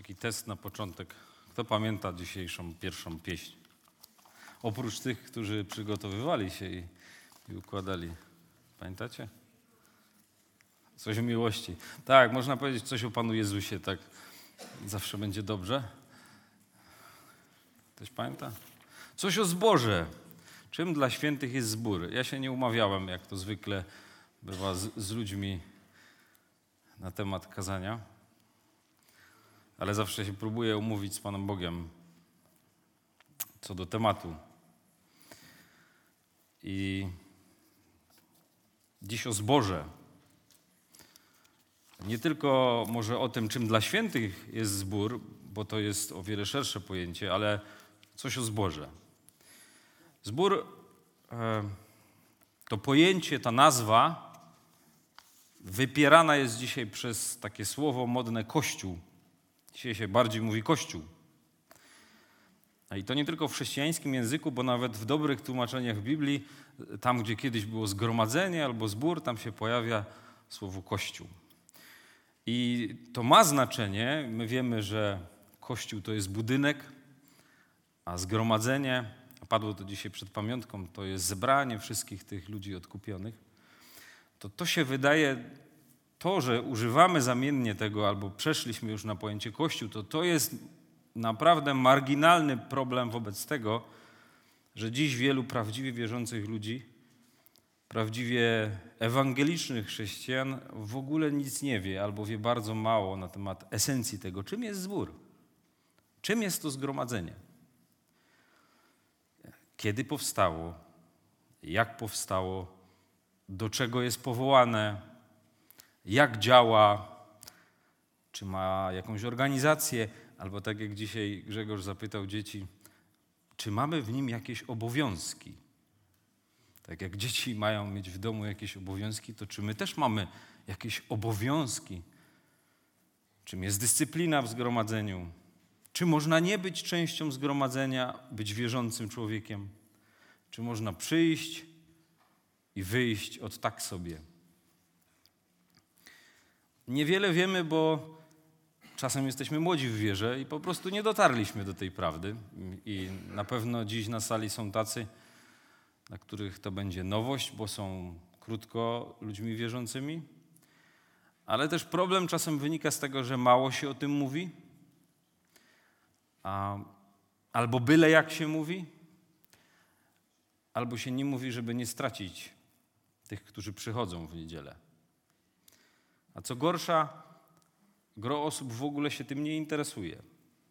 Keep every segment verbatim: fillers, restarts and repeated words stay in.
Taki test na początek. Kto pamięta dzisiejszą pierwszą pieśń? Oprócz tych, którzy przygotowywali się i, i układali. Pamiętacie? Coś o miłości. Tak, można powiedzieć coś o Panu Jezusie, tak zawsze będzie dobrze. Ktoś pamięta? Coś o zborze. Czym dla świętych jest zbór? Ja się nie umawiałem, jak to zwykle bywa z, z ludźmi na temat kazania, ale zawsze się próbuję umówić z Panem Bogiem co do tematu. I dziś o zborze. Nie tylko może o tym, czym dla świętych jest zbór, bo to jest o wiele szersze pojęcie, ale coś o zborze. Zbór to pojęcie, ta nazwa wypierana jest dzisiaj przez takie słowo modne Kościół. Dzisiaj się bardziej mówi Kościół. I to nie tylko w chrześcijańskim języku, bo nawet w dobrych tłumaczeniach Biblii, tam gdzie kiedyś było zgromadzenie albo zbór, tam się pojawia słowo Kościół. I to ma znaczenie. My wiemy, że Kościół to jest budynek, a zgromadzenie, a padło to dzisiaj przed pamiątką, to jest zebranie wszystkich tych ludzi odkupionych. To to się wydaje, to, że używamy zamiennie tego albo przeszliśmy już na pojęcie Kościół, to to jest naprawdę marginalny problem wobec tego, że dziś wielu prawdziwie wierzących ludzi, prawdziwie ewangelicznych chrześcijan w ogóle nic nie wie albo wie bardzo mało na temat esencji tego, czym jest zbór, czym jest to zgromadzenie, kiedy powstało, jak powstało, do czego jest powołane, jak działa, czy ma jakąś organizację, albo tak jak dzisiaj Grzegorz zapytał dzieci, czy mamy w nim jakieś obowiązki? Tak jak dzieci mają mieć w domu jakieś obowiązki, to czy my też mamy jakieś obowiązki? Czym jest dyscyplina w zgromadzeniu? Czy można nie być częścią zgromadzenia, być wierzącym człowiekiem? Czy można przyjść i wyjść od tak sobie? Niewiele wiemy, bo czasem jesteśmy młodzi w wierze i po prostu nie dotarliśmy do tej prawdy. I na pewno dziś na sali są tacy, dla których to będzie nowość, bo są krótko ludźmi wierzącymi. Ale też problem czasem wynika z tego, że mało się o tym mówi, a, albo byle jak się mówi, albo się nie mówi, żeby nie stracić tych, którzy przychodzą w niedzielę. A co gorsza, gro osób w ogóle się tym nie interesuje.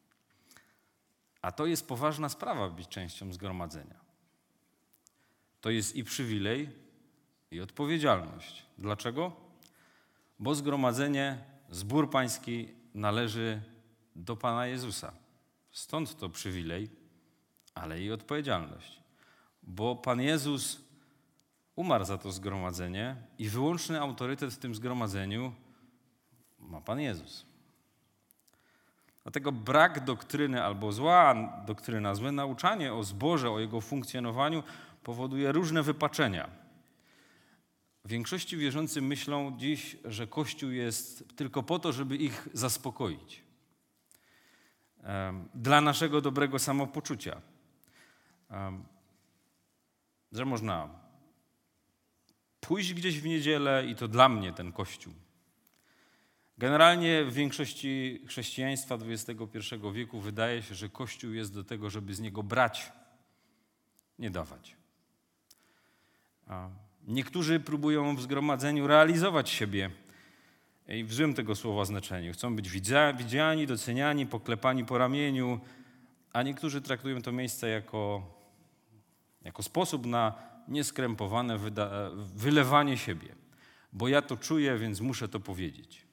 A to jest poważna sprawa być częścią zgromadzenia. To jest i przywilej, i odpowiedzialność. Dlaczego? Bo zgromadzenie, zbór pański należy do Pana Jezusa. Stąd to przywilej, ale i odpowiedzialność. Bo Pan Jezus umarł za to zgromadzenie i wyłączny autorytet w tym zgromadzeniu ma Pan Jezus. Dlatego brak doktryny albo zła doktryna, złe nauczanie o zborze, o jego funkcjonowaniu powoduje różne wypaczenia. W większości wierzący myślą dziś, że Kościół jest tylko po to, żeby ich zaspokoić. Dla naszego dobrego samopoczucia. Że można pójść gdzieś w niedzielę i to dla mnie ten Kościół. Generalnie w większości chrześcijaństwa dwudziestego pierwszego wieku wydaje się, że Kościół jest do tego, żeby z niego brać, nie dawać. Niektórzy próbują w zgromadzeniu realizować siebie i w złym tego słowa znaczeniu. Chcą być widziani, doceniani, poklepani po ramieniu, a niektórzy traktują to miejsce jako, jako sposób na nieskrępowane wyda- wylewanie siebie. Bo ja to czuję, więc muszę to powiedzieć.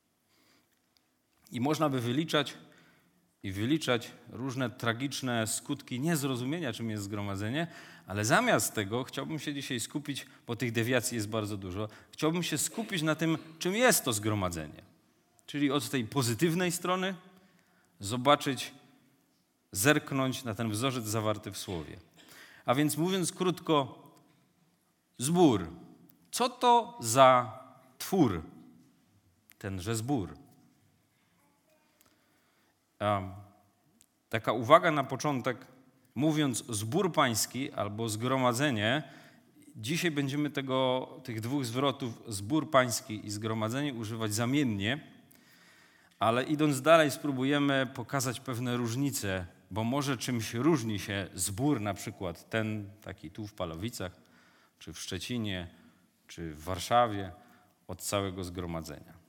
I można by wyliczać i wyliczać różne tragiczne skutki niezrozumienia, czym jest zgromadzenie, ale zamiast tego chciałbym się dzisiaj skupić, bo tych dewiacji jest bardzo dużo, chciałbym się skupić na tym, czym jest to zgromadzenie. Czyli od tej pozytywnej strony zobaczyć, zerknąć na ten wzorzec zawarty w Słowie. A więc mówiąc krótko, zbór. Co to za twór, tenże zbór? Taka uwaga na początek, mówiąc zbór pański albo zgromadzenie, dzisiaj będziemy tego, tych dwóch zwrotów, zbór pański i zgromadzenie, używać zamiennie, ale idąc dalej spróbujemy pokazać pewne różnice, bo może czymś różni się zbór, na przykład ten taki tu w Palowicach, czy w Szczecinie, czy w Warszawie, od całego zgromadzenia.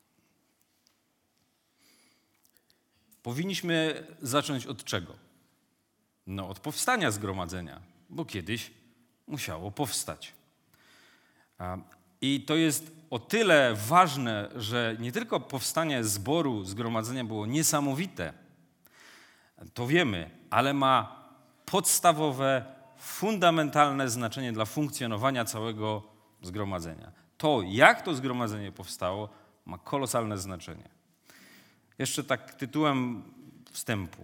Powinniśmy zacząć od czego? No od powstania zgromadzenia, bo kiedyś musiało powstać. I to jest o tyle ważne, że nie tylko powstanie zboru, zgromadzenia było niesamowite, to wiemy, ale ma podstawowe, fundamentalne znaczenie dla funkcjonowania całego zgromadzenia. To, jak to zgromadzenie powstało, ma kolosalne znaczenie. Jeszcze tak tytułem wstępu.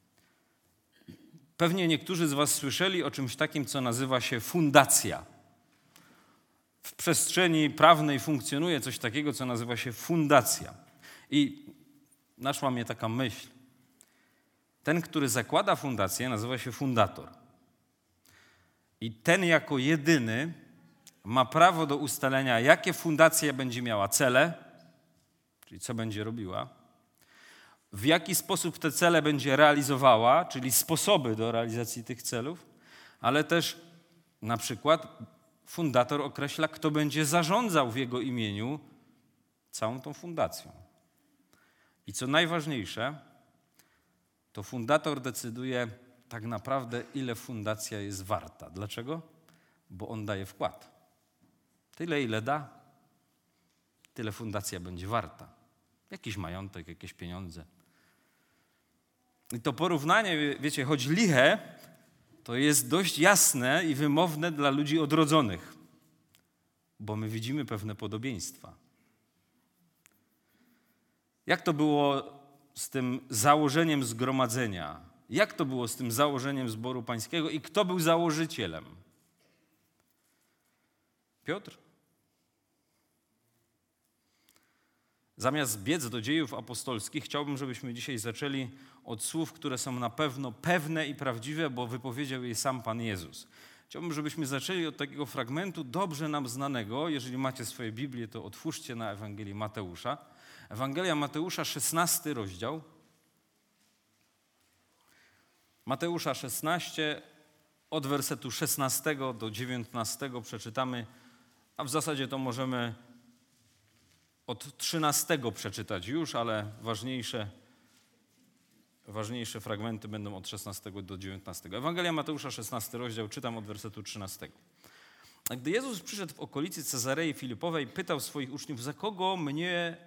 Pewnie niektórzy z was słyszeli o czymś takim, co nazywa się fundacja. W przestrzeni prawnej funkcjonuje coś takiego, co nazywa się fundacja. I naszła mnie taka myśl. Ten, który zakłada fundację, nazywa się fundator. I ten jako jedyny ma prawo do ustalenia, jakie fundacja będzie miała cele, czyli co będzie robiła, w jaki sposób te cele będzie realizowała, czyli sposoby do realizacji tych celów, ale też na przykład fundator określa, kto będzie zarządzał w jego imieniu całą tą fundacją. I co najważniejsze, to fundator decyduje tak naprawdę, ile fundacja jest warta. Dlaczego? Bo on daje wkład. Tyle, ile da, tyle fundacja będzie warta. Jakiś majątek, jakieś pieniądze. I to porównanie, wiecie, choć liche, to jest dość jasne i wymowne dla ludzi odrodzonych, bo my widzimy pewne podobieństwa. Jak to było z tym założeniem zgromadzenia? Jak to było z tym założeniem zboru pańskiego i kto był założycielem? Piotr? Zamiast biec do dziejów apostolskich, chciałbym, żebyśmy dzisiaj zaczęli od słów, które są na pewno pewne i prawdziwe, bo wypowiedział je sam Pan Jezus. Chciałbym, żebyśmy zaczęli od takiego fragmentu dobrze nam znanego. Jeżeli macie swoje Biblię, to otwórzcie na Ewangelię Mateusza. Ewangelia Mateusza, szesnasty rozdział. Mateusza szesnaście, od wersetu szesnastego do dziewiętnastego przeczytamy, a w zasadzie to możemy od trzynastego przeczytać już, ale ważniejsze, ważniejsze fragmenty będą od szesnastego do dziewiętnastego. Ewangelia Mateusza, szesnasty rozdział, czytam od wersetu trzynastego. A gdy Jezus przyszedł w okolicy Cezarei Filipowej, pytał swoich uczniów, za kogo mnie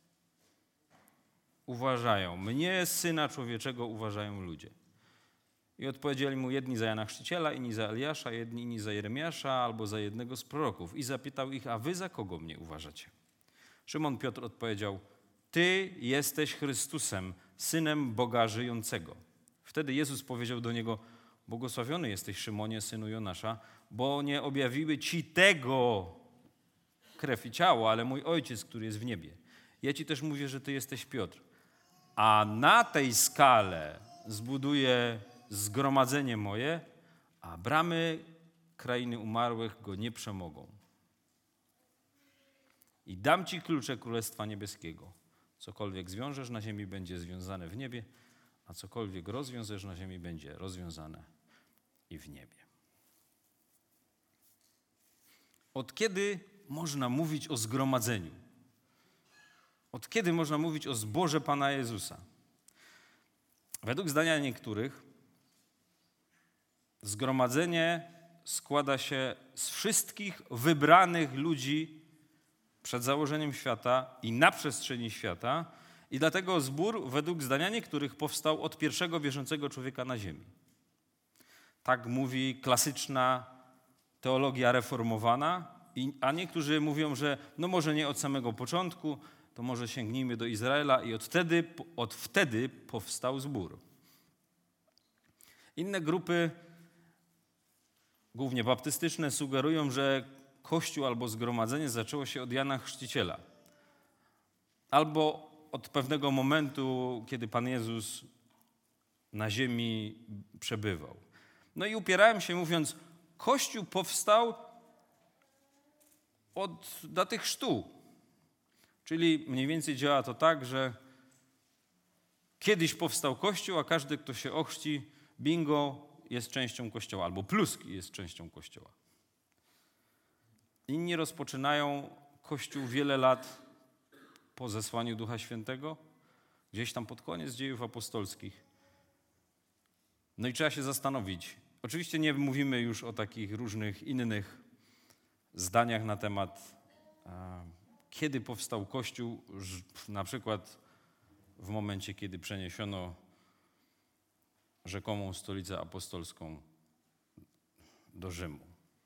uważają? Mnie, Syna Człowieczego, uważają ludzie. I odpowiedzieli mu jedni za Jana Chrzciciela, inni za Eliasza, jedni inni za Jeremiasza albo za jednego z proroków. I zapytał ich, a wy za kogo mnie uważacie? Szymon Piotr odpowiedział, ty jesteś Chrystusem, Synem Boga żyjącego. Wtedy Jezus powiedział do niego, błogosławiony jesteś, Szymonie, synu Jonasza, bo nie objawiły ci tego krew i ciało, ale mój Ojciec, który jest w niebie. Ja ci też mówię, że ty jesteś Piotr. A na tej skale zbuduję zgromadzenie moje, a bramy krainy umarłych go nie przemogą. I dam ci klucze Królestwa Niebieskiego. Cokolwiek zwiążesz na ziemi, będzie związane w niebie, a cokolwiek rozwiążesz na ziemi, będzie rozwiązane i w niebie. Od kiedy można mówić o zgromadzeniu? Od kiedy można mówić o zborze Pana Jezusa? Według zdania niektórych zgromadzenie składa się z wszystkich wybranych ludzi przed założeniem świata i na przestrzeni świata i dlatego zbór według zdania niektórych powstał od pierwszego wierzącego człowieka na ziemi. Tak mówi klasyczna teologia reformowana, a niektórzy mówią, że no może nie od samego początku, to może sięgnijmy do Izraela i od wtedy, od wtedy powstał zbór. Inne grupy, głównie baptystyczne, sugerują, że Kościół albo zgromadzenie zaczęło się od Jana Chrzciciela. Albo od pewnego momentu, kiedy Pan Jezus na ziemi przebywał. No i upierałem się mówiąc, Kościół powstał od daty chrztu. Czyli mniej więcej działa to tak, że kiedyś powstał Kościół, a każdy, kto się ochrzci, bingo, jest częścią Kościoła, albo pluski jest częścią Kościoła. Inni rozpoczynają Kościół wiele lat po zesłaniu Ducha Świętego, gdzieś tam pod koniec dziejów apostolskich. No i trzeba się zastanowić. Oczywiście nie mówimy już o takich różnych innych zdaniach na temat, kiedy powstał Kościół, na przykład w momencie, kiedy przeniesiono rzekomą stolicę apostolską do Rzymu.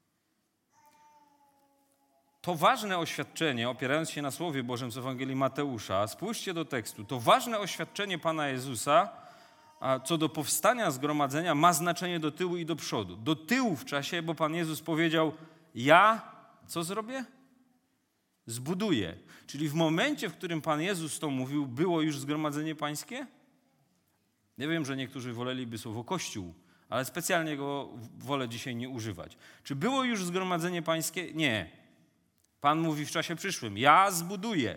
To ważne oświadczenie, opierając się na Słowie Bożym z Ewangelii Mateusza, spójrzcie do tekstu, to ważne oświadczenie Pana Jezusa a co do powstania zgromadzenia ma znaczenie do tyłu i do przodu. Do tyłu w czasie, bo Pan Jezus powiedział, ja co zrobię? Zbuduję. Czyli w momencie, w którym Pan Jezus to mówił, było już zgromadzenie pańskie? Nie wiem, że niektórzy woleliby słowo Kościół, ale specjalnie go wolę dzisiaj nie używać. Czy było już zgromadzenie pańskie? Nie. Pan mówi w czasie przyszłym, ja zbuduję.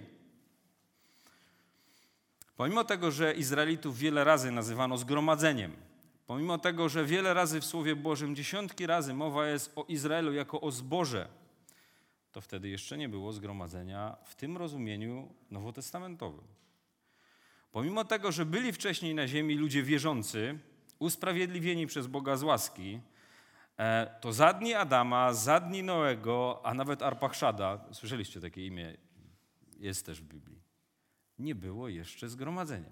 Pomimo tego, że Izraelitów wiele razy nazywano zgromadzeniem, pomimo tego, że wiele razy w Słowie Bożym, dziesiątki razy mowa jest o Izraelu jako o zborze, to wtedy jeszcze nie było zgromadzenia w tym rozumieniu nowotestamentowym. Pomimo tego, że byli wcześniej na ziemi ludzie wierzący, usprawiedliwieni przez Boga z łaski, to za dni Adama, za dni Noego, a nawet Arpachszada, słyszeliście takie imię, jest też w Biblii, nie było jeszcze zgromadzenia.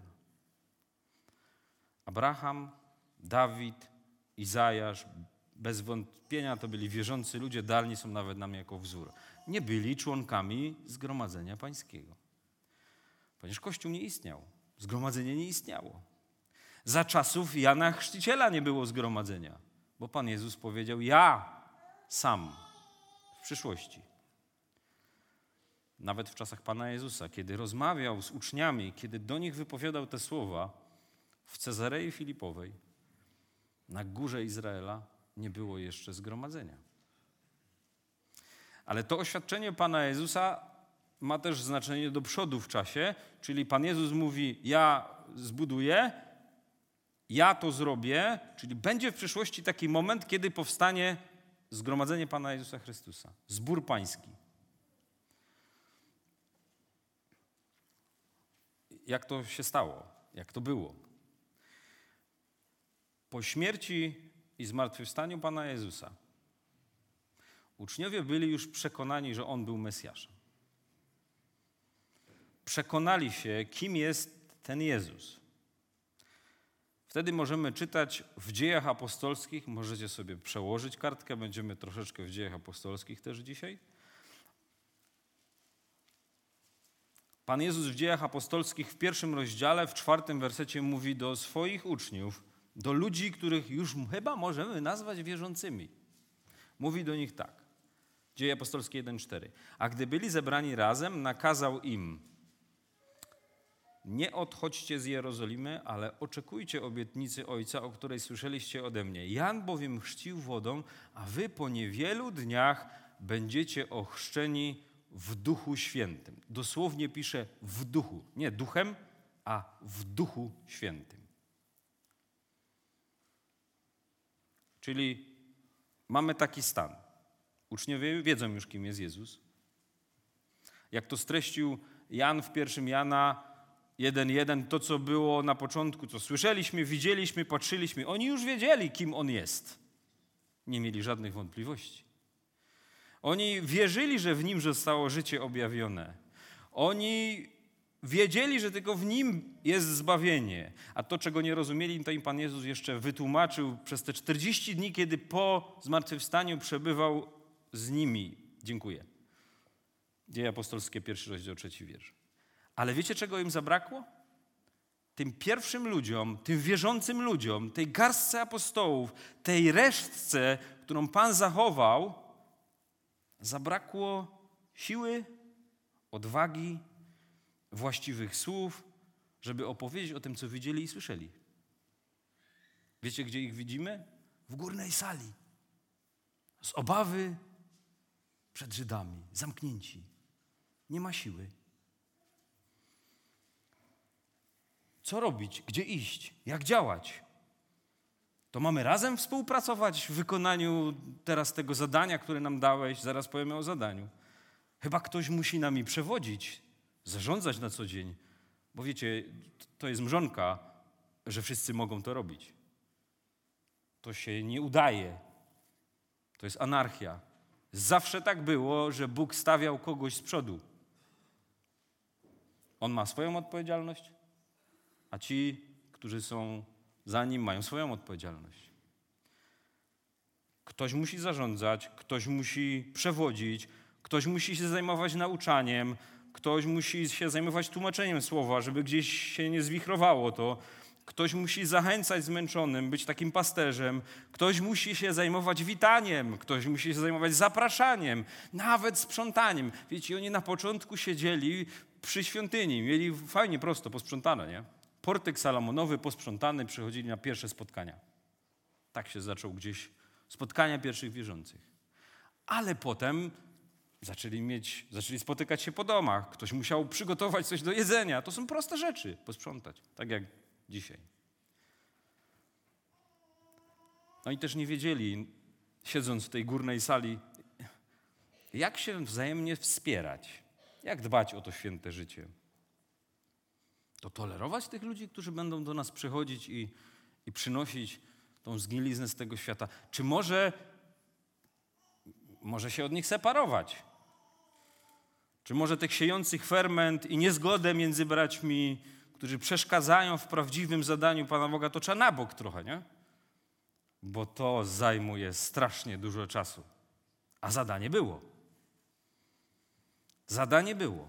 Abraham, Dawid, Izajasz, bez wątpienia to byli wierzący ludzie, dalni są nawet nam jako wzór. Nie byli członkami zgromadzenia pańskiego. Ponieważ Kościół nie istniał, zgromadzenie nie istniało. Za czasów Jana Chrzciciela nie było zgromadzenia, bo Pan Jezus powiedział, ja sam w przyszłości. Nawet w czasach Pana Jezusa, kiedy rozmawiał z uczniami, kiedy do nich wypowiadał te słowa, w Cezarei Filipowej, na górze Izraela, nie było jeszcze zgromadzenia. Ale to oświadczenie Pana Jezusa ma też znaczenie do przodu w czasie, czyli Pan Jezus mówi, ja zbuduję, ja to zrobię, czyli będzie w przyszłości taki moment, kiedy powstanie zgromadzenie Pana Jezusa Chrystusa, zbór pański. Jak to się stało? Jak to było? Po śmierci i zmartwychwstaniu Pana Jezusa uczniowie byli już przekonani, że On był Mesjaszem. Przekonali się, kim jest ten Jezus. Wtedy możemy czytać w Dziejach Apostolskich, możecie sobie przełożyć kartkę, będziemy troszeczkę w Dziejach Apostolskich też dzisiaj. Pan Jezus w Dziejach Apostolskich w pierwszym rozdziale, w czwartym wersecie mówi do swoich uczniów, do ludzi, których już chyba możemy nazwać wierzącymi. Mówi do nich tak. Dzieje Apostolskie jeden cztery. A gdy byli zebrani razem, nakazał im: nie odchodźcie z Jerozolimy, ale oczekujcie obietnicy Ojca, o której słyszeliście ode mnie. Jan bowiem chrzcił wodą, a wy po niewielu dniach będziecie ochrzczeni w Duchu Świętym. Dosłownie pisze w duchu. Nie duchem, a w Duchu Świętym. Czyli mamy taki stan. Uczniowie wiedzą już, kim jest Jezus. Jak to streścił Jan w pierwszym Jana jeden jeden, to co było na początku, co słyszeliśmy, widzieliśmy, patrzyliśmy. Oni już wiedzieli, kim On jest. Nie mieli żadnych wątpliwości. Oni wierzyli, że w Nim zostało życie objawione. Oni wiedzieli, że tylko w Nim jest zbawienie. A to, czego nie rozumieli, to im Pan Jezus jeszcze wytłumaczył przez te czterdzieści dni, kiedy po zmartwychwstaniu przebywał z nimi. Dziękuję. Dzieje Apostolskie, pierwszy rozdział, trzeci wiersz. Ale wiecie, czego im zabrakło? Tym pierwszym ludziom, tym wierzącym ludziom, tej garstce apostołów, tej resztce, którą Pan zachował, zabrakło siły, odwagi, właściwych słów, żeby opowiedzieć o tym, co widzieli i słyszeli. Wiecie, gdzie ich widzimy? W górnej sali. Z obawy przed Żydami, zamknięci. Nie ma siły. Co robić? Gdzie iść? Jak działać? To mamy razem współpracować w wykonaniu teraz tego zadania, które nam dałeś. Zaraz powiemy o zadaniu. Chyba ktoś musi nami przewodzić, zarządzać na co dzień. Bo wiecie, to jest mrzonka, że wszyscy mogą to robić. To się nie udaje. To jest anarchia. Zawsze tak było, że Bóg stawiał kogoś z przodu. On ma swoją odpowiedzialność, a ci, którzy są za nim, mają swoją odpowiedzialność. Ktoś musi zarządzać, ktoś musi przewodzić, ktoś musi się zajmować nauczaniem, ktoś musi się zajmować tłumaczeniem słowa, żeby gdzieś się nie zwichrowało to. Ktoś musi zachęcać zmęczonym, być takim pasterzem. Ktoś musi się zajmować witaniem, ktoś musi się zajmować zapraszaniem, nawet sprzątaniem. Wiecie, oni na początku siedzieli przy świątyni, mieli fajnie prosto posprzątane, nie? Portyk Salomonowy posprzątany, przychodzili na pierwsze spotkania. Tak się zaczął gdzieś spotkania pierwszych wierzących. Ale potem zaczęli mieć, zaczęli spotykać się po domach. Ktoś musiał przygotować coś do jedzenia. To są proste rzeczy, posprzątać, tak jak dzisiaj. No i też nie wiedzieli, siedząc w tej górnej sali, jak się wzajemnie wspierać, jak dbać o to święte życie. To tolerować tych ludzi, którzy będą do nas przychodzić i, i przynosić tą zgniliznę z tego świata. Czy może, może się od nich separować? Czy może tych siejących ferment i niezgodę między braćmi, którzy przeszkadzają w prawdziwym zadaniu Pana Boga, to trzeba na bok trochę, nie? Bo to zajmuje strasznie dużo czasu. A zadanie było. Zadanie było.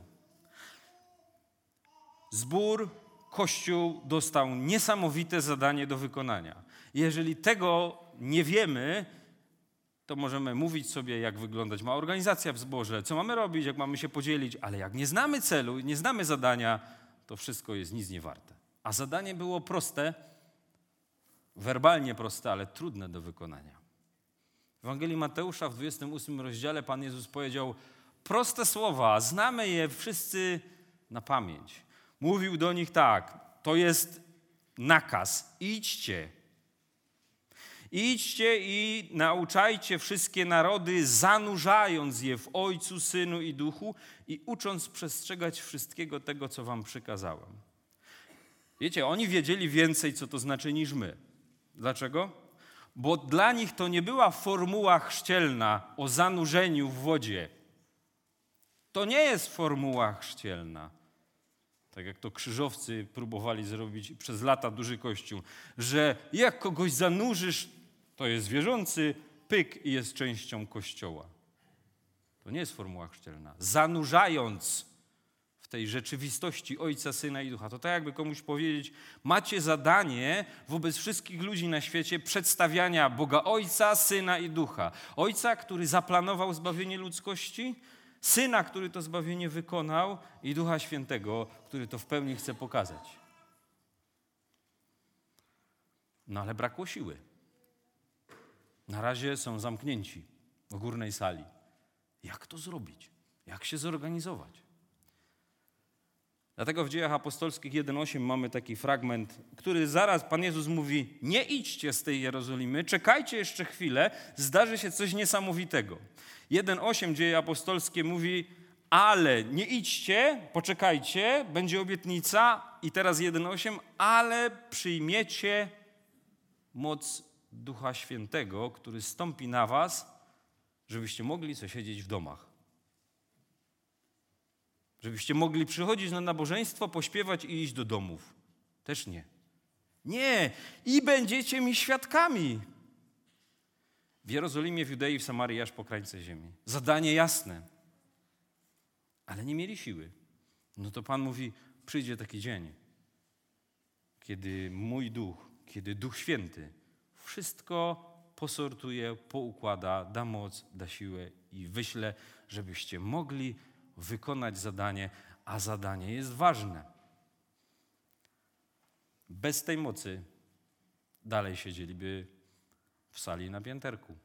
Zbór, Kościół dostał niesamowite zadanie do wykonania. Jeżeli tego nie wiemy, to możemy mówić sobie, jak wyglądać ma organizacja w zborze, co mamy robić, jak mamy się podzielić, ale jak nie znamy celu, nie znamy zadania, to wszystko jest nic nie warte. A zadanie było proste, werbalnie proste, ale trudne do wykonania. W Ewangelii Mateusza w dwudziestym ósmym rozdziale Pan Jezus powiedział proste słowa, znamy je wszyscy na pamięć. Mówił do nich tak, to jest nakaz, idźcie. Idźcie i nauczajcie wszystkie narody, zanurzając je w Ojcu, Synu i Duchu i ucząc przestrzegać wszystkiego tego, co wam przykazałem. Wiecie, oni wiedzieli więcej, co to znaczy, niż my. Dlaczego? Bo dla nich to nie była formuła chrzcielna o zanurzeniu w wodzie. To nie jest formuła chrzcielna. Tak jak to krzyżowcy próbowali zrobić przez lata duży Kościół, że jak kogoś zanurzysz, to jest wierzący, pyk i jest częścią Kościoła. To nie jest formuła chrzcielna. Zanurzając w tej rzeczywistości Ojca, Syna i Ducha. To tak jakby komuś powiedzieć, macie zadanie wobec wszystkich ludzi na świecie przedstawiania Boga Ojca, Syna i Ducha. Ojca, który zaplanował zbawienie ludzkości, Syna, który to zbawienie wykonał i Ducha Świętego, który to w pełni chce pokazać. No ale brakło siły. Na razie są zamknięci w górnej sali. Jak to zrobić? Jak się zorganizować? Dlatego w Dziejach Apostolskich jeden osiem mamy taki fragment, który zaraz Pan Jezus mówi, nie idźcie z tej Jerozolimy, czekajcie jeszcze chwilę, zdarzy się coś niesamowitego. jeden osiem Dzieje Apostolskie mówi, ale nie idźcie, poczekajcie, będzie obietnica i teraz jeden osiem, ale przyjmiecie moc Ducha Świętego, który stąpi na was, żebyście mogli co siedzieć w domach. Żebyście mogli przychodzić na nabożeństwo, pośpiewać i iść do domów. Też nie. Nie. I będziecie mi świadkami. W Jerozolimie, w Judei, w Samarii, aż po krańce ziemi. Zadanie jasne. Ale nie mieli siły. No to Pan mówi, przyjdzie taki dzień, kiedy mój duch, kiedy Duch Święty wszystko posortuje, poukłada, da moc, da siłę i wyśle, żebyście mogli wykonać zadanie, a zadanie jest ważne. Bez tej mocy dalej siedzieliby w sali na pięterku.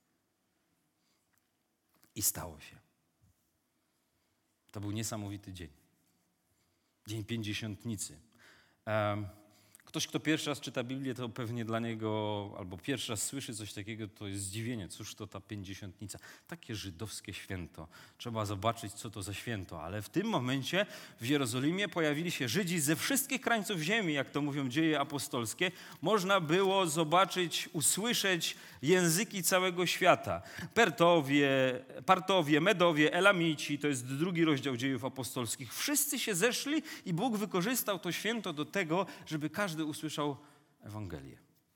I stało się. To był niesamowity dzień. Dzień Pięćdziesiątnicy. Um, Ktoś, kto pierwszy raz czyta Biblię, to pewnie dla niego, albo pierwszy raz słyszy coś takiego, to jest zdziwienie. Cóż to ta Pięćdziesiątnica? Takie żydowskie święto. Trzeba zobaczyć, co to za święto. Ale w tym momencie w Jerozolimie pojawili się Żydzi ze wszystkich krańców ziemi, jak to mówią dzieje apostolskie. Można było zobaczyć, usłyszeć języki całego świata. Pertowie, Partowie, Medowie, Elamici, to jest drugi rozdział dziejów apostolskich. Wszyscy się zeszli i Bóg wykorzystał to święto do tego, żeby każdy usłyszał Ewangelię.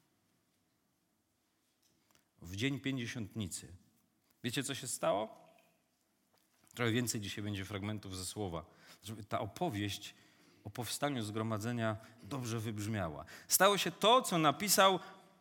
W dzień Pięćdziesiątnicy. Wiecie, co się stało? Trochę więcej dzisiaj będzie fragmentów ze słowa, żeby ta opowieść o powstaniu zgromadzenia dobrze wybrzmiała. Stało się to, co napisał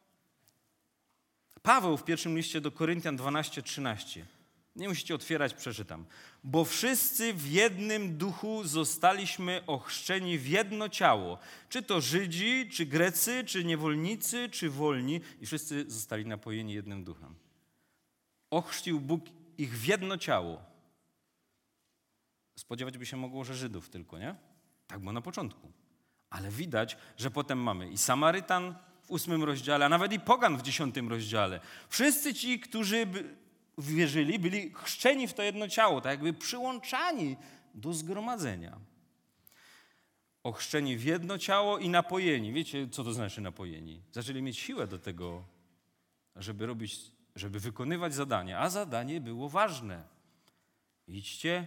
Paweł w pierwszym liście do Koryntian dwanaście trzynaście. Nie musicie otwierać, przeczytam. Bo wszyscy w jednym duchu zostaliśmy ochrzczeni w jedno ciało. Czy to Żydzi, czy Grecy, czy niewolnicy, czy wolni. I wszyscy zostali napojeni jednym duchem. Ochrzcił Bóg ich w jedno ciało. Spodziewać by się mogło, że Żydów tylko, nie? Tak było na początku. Ale widać, że potem mamy i Samarytan w ósmym rozdziale, a nawet i pogan w dziesiątym rozdziale. Wszyscy ci, którzy wierzyli, byli chrzczeni w to jedno ciało, tak jakby przyłączani do zgromadzenia. Ochrzczeni w jedno ciało i napojeni. Wiecie, co to znaczy napojeni? Zaczęli mieć siłę do tego, żeby robić, żeby wykonywać zadanie, a zadanie było ważne. Idźcie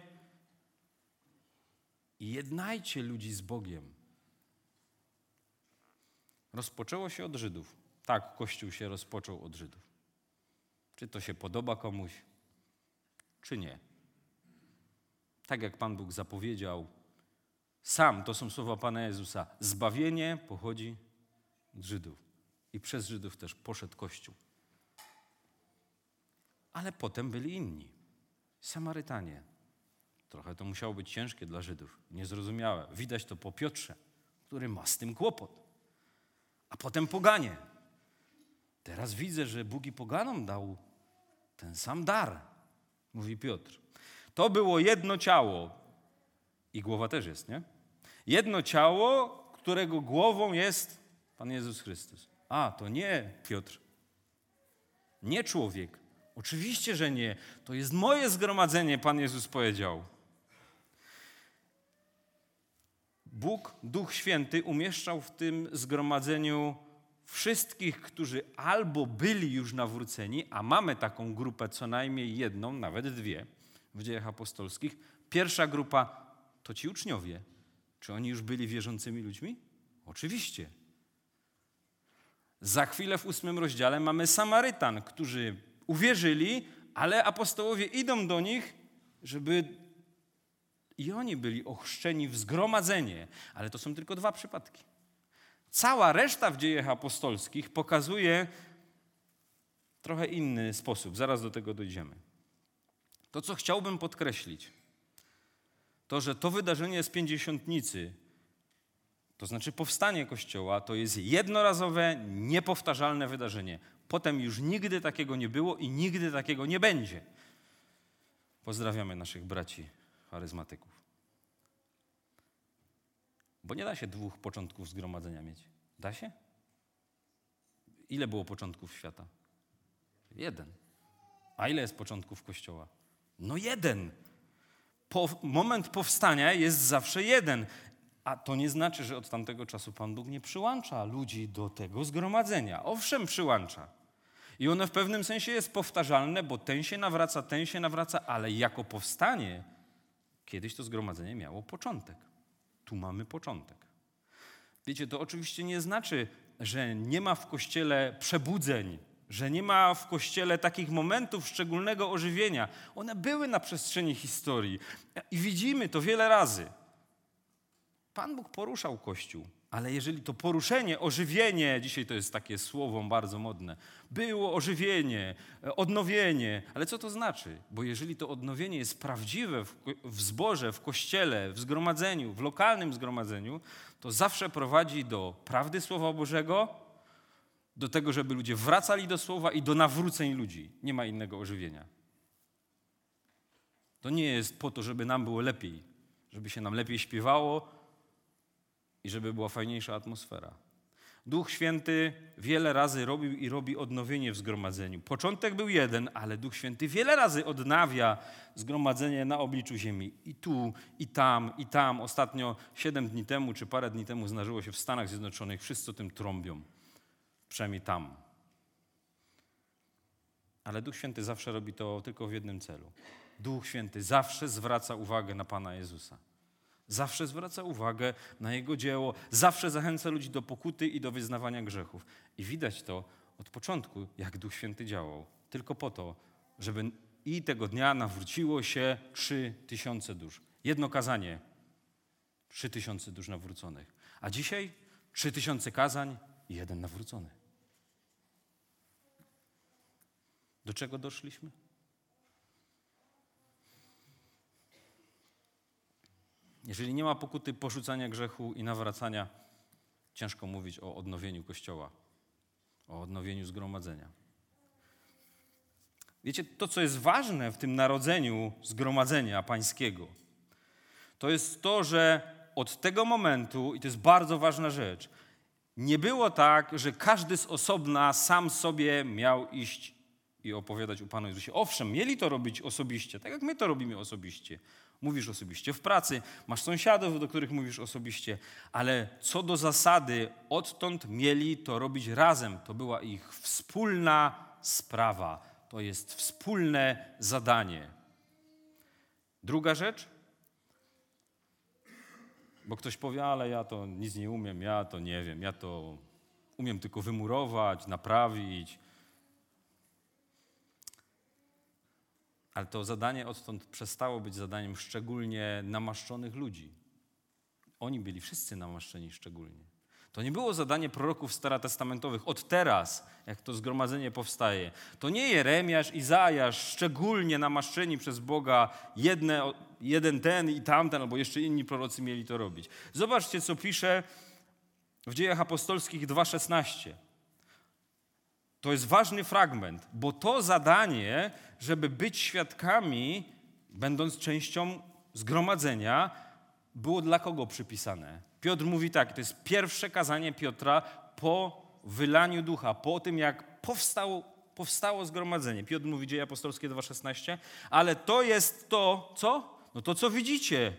i jednajcie ludzi z Bogiem. Rozpoczęło się od Żydów. Tak, Kościół się rozpoczął od Żydów. Czy to się podoba komuś, czy nie. Tak jak Pan Bóg zapowiedział, sam, to są słowa Pana Jezusa, zbawienie pochodzi od Żydów. I przez Żydów też poszedł Kościół. Ale potem byli inni. Samarytanie. Trochę to musiało być ciężkie dla Żydów, niezrozumiałe. Widać to po Piotrze, który ma z tym kłopot. A potem poganie. Teraz widzę, że Bóg i poganom dał ten sam dar, mówi Piotr. To było jedno ciało. I głowa też jest, nie? Jedno ciało, którego głową jest Pan Jezus Chrystus. A, to nie Piotr. Nie człowiek. Oczywiście, że nie. To jest moje zgromadzenie, Pan Jezus powiedział. Bóg, Duch Święty umieszczał w tym zgromadzeniu wszystkich, którzy albo byli już nawróceni, a mamy taką grupę co najmniej jedną, nawet dwie w dziejach apostolskich. Pierwsza grupa to ci uczniowie. Czy oni już byli wierzącymi ludźmi? Oczywiście. Za chwilę w ósmym rozdziale mamy Samarytan, którzy uwierzyli, ale apostołowie idą do nich, żeby i oni byli ochrzczeni w zgromadzenie. Ale to są tylko dwa przypadki. Cała reszta w dziejach apostolskich pokazuje trochę inny sposób. Zaraz do tego dojdziemy. To, co chciałbym podkreślić, to, że to wydarzenie z Pięćdziesiątnicy, to znaczy powstanie Kościoła, to jest jednorazowe, niepowtarzalne wydarzenie. Potem już nigdy takiego nie było i nigdy takiego nie będzie. Pozdrawiamy naszych braci charyzmatyków. Bo nie da się dwóch początków zgromadzenia mieć. Da się? Ile było początków świata? Jeden. A ile jest początków Kościoła? No jeden. Po, moment powstania jest zawsze jeden. A to nie znaczy, że od tamtego czasu Pan Bóg nie przyłącza ludzi do tego zgromadzenia. Owszem, przyłącza. I ono w pewnym sensie jest powtarzalne, bo ten się nawraca, ten się nawraca, ale jako powstanie kiedyś to zgromadzenie miało początek. Tu mamy początek. Wiecie, to oczywiście nie znaczy, że nie ma w Kościele przebudzeń, że nie ma w Kościele takich momentów szczególnego ożywienia. One były na przestrzeni historii i widzimy to wiele razy. Pan Bóg poruszał Kościół. Ale jeżeli to poruszenie, ożywienie, dzisiaj to jest takie słowo bardzo modne, było ożywienie, odnowienie, ale co to znaczy? Bo jeżeli to odnowienie jest prawdziwe w, w zborze, w kościele, w zgromadzeniu, w lokalnym zgromadzeniu, to zawsze prowadzi do prawdy Słowa Bożego, do tego, żeby ludzie wracali do Słowa i do nawróceń ludzi. Nie ma innego ożywienia. To nie jest po to, żeby nam było lepiej, żeby się nam lepiej śpiewało, i żeby była fajniejsza atmosfera. Duch Święty wiele razy robił i robi odnowienie w zgromadzeniu. Początek był jeden, ale Duch Święty wiele razy odnawia zgromadzenie na obliczu ziemi. I tu, i tam, i tam. Ostatnio siedem dni temu, czy parę dni temu zdarzyło się w Stanach Zjednoczonych. Wszyscy o tym trąbią. Przynajmniej tam. Ale Duch Święty zawsze robi to tylko w jednym celu. Duch Święty zawsze zwraca uwagę na Pana Jezusa. Zawsze zwraca uwagę na Jego dzieło, zawsze zachęca ludzi do pokuty i do wyznawania grzechów. I widać to od początku, jak Duch Święty działał. Tylko po to, żeby i tego dnia nawróciło się trzy tysiące dusz. Jedno kazanie, trzy tysiące dusz nawróconych. A dzisiaj trzy tysiące kazań i jeden nawrócony. Do czego doszliśmy? Jeżeli nie ma pokuty, porzucania grzechu i nawracania, ciężko mówić o odnowieniu Kościoła, o odnowieniu zgromadzenia. Wiecie, to co jest ważne w tym narodzeniu zgromadzenia pańskiego, to jest to, że od tego momentu, i to jest bardzo ważna rzecz, nie było tak, że każdy z osobna sam sobie miał iść i opowiadać o Panu Jezusie. Owszem, mieli to robić osobiście, tak jak my to robimy osobiście. Mówisz osobiście w pracy, masz sąsiadów, do których mówisz osobiście, ale co do zasady, odtąd mieli to robić razem. To była ich wspólna sprawa. To jest wspólne zadanie. Druga rzecz, bo ktoś powie, ale ja to nic nie umiem, ja to nie wiem, ja to umiem tylko wymurować, naprawić. Ale to zadanie odtąd przestało być zadaniem szczególnie namaszczonych ludzi. Oni byli wszyscy namaszczeni szczególnie. To nie było zadanie proroków starotestamentowych. Od teraz, jak to zgromadzenie powstaje, to nie Jeremiasz, Izajasz, szczególnie namaszczeni przez Boga, jedne, jeden ten i tamten, albo jeszcze inni prorocy mieli to robić. Zobaczcie, co pisze w Dziejach Apostolskich dwa szesnaście. To jest ważny fragment, bo to zadanie, żeby być świadkami, będąc częścią zgromadzenia, było dla kogo przypisane? Piotr mówi tak, to jest pierwsze kazanie Piotra po wylaniu ducha, po tym jak powstało, powstało zgromadzenie. Piotr mówi, Dzieje Apostolskie dwa szesnaście, ale to jest to, co? No to, co widzicie.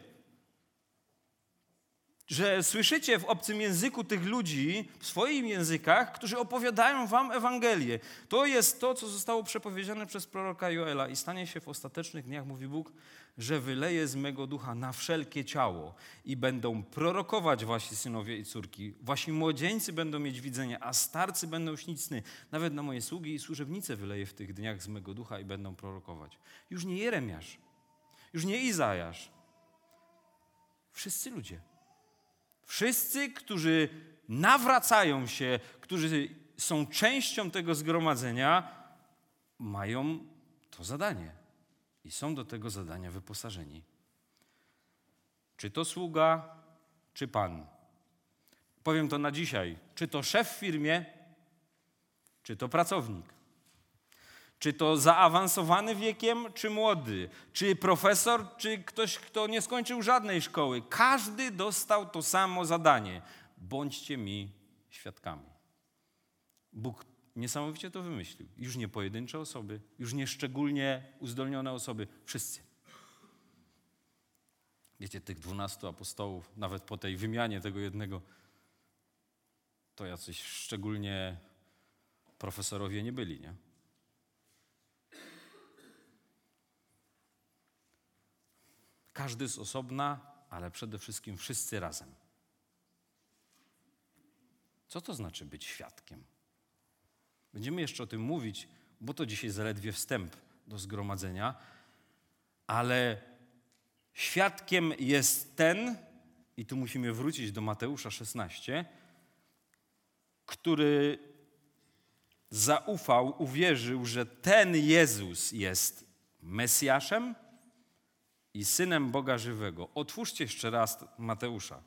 Że słyszycie w obcym języku tych ludzi, w swoich językach, którzy opowiadają wam Ewangelię. To jest to, co zostało przepowiedziane przez proroka Joela i stanie się w ostatecznych dniach, mówi Bóg, że wyleje z mego ducha na wszelkie ciało i będą prorokować wasi synowie i córki. Wasi młodzieńcy będą mieć widzenia, a starcy będą śnić sny. Nawet na moje sługi i służebnice wyleje w tych dniach z mego ducha i będą prorokować. Już nie Jeremiasz, już nie Izajasz. Wszyscy ludzie. Wszyscy, którzy nawracają się, którzy są częścią tego zgromadzenia, mają to zadanie i są do tego zadania wyposażeni. Czy to sługa, czy pan. Powiem to na dzisiaj. Czy to szef w firmie, czy to pracownik. Czy to zaawansowany wiekiem, czy młody, czy profesor, czy ktoś, kto nie skończył żadnej szkoły. Każdy dostał to samo zadanie. Bądźcie mi świadkami. Bóg niesamowicie to wymyślił. Już nie pojedyncze osoby, już nie szczególnie uzdolnione osoby, wszyscy. Wiecie, tych dwunastu apostołów, nawet po tej wymianie tego jednego, to jacyś szczególnie profesorowie nie byli, nie? Każdy z osobna, ale przede wszystkim wszyscy razem. Co to znaczy być świadkiem? Będziemy jeszcze o tym mówić, bo to dzisiaj zaledwie wstęp do zgromadzenia, ale świadkiem jest ten, i tu musimy wrócić do Mateusza szesnaście, który zaufał, uwierzył, że ten Jezus jest Mesjaszem i Synem Boga żywego. Otwórzcie jeszcze raz Mateusza.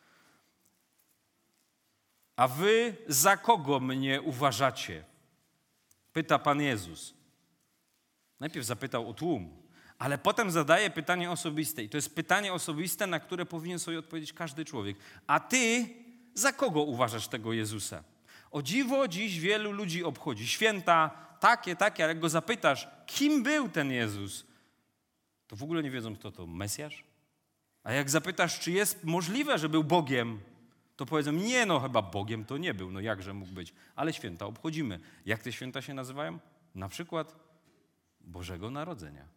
A wy za kogo mnie uważacie? Pyta Pan Jezus. Najpierw zapytał o tłum, ale potem zadaje pytanie osobiste. I to jest pytanie osobiste, na które powinien sobie odpowiedzieć każdy człowiek. A ty za kogo uważasz tego Jezusa? O dziwo, dziś wielu ludzi obchodzi święta, takie, takie, ale jak go zapytasz, kim był ten Jezus, to w ogóle nie wiedzą, kto to Mesjasz. A jak zapytasz, czy jest możliwe, że był Bogiem, to powiedzą, nie no, chyba Bogiem to nie był, no jakże mógł być. Ale święta obchodzimy. Jak te święta się nazywają? Na przykład Bożego Narodzenia.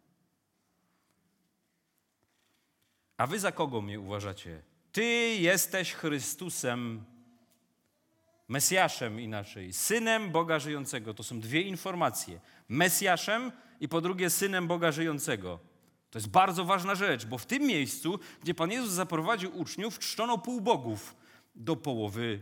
A wy za kogo mnie uważacie? Ty jesteś Chrystusem, Mesjaszem inaczej, Synem Boga żyjącego. To są dwie informacje. Mesjaszem i po drugie Synem Boga żyjącego. To jest bardzo ważna rzecz, bo w tym miejscu, gdzie Pan Jezus zaprowadził uczniów, czczono półbogów. Do połowy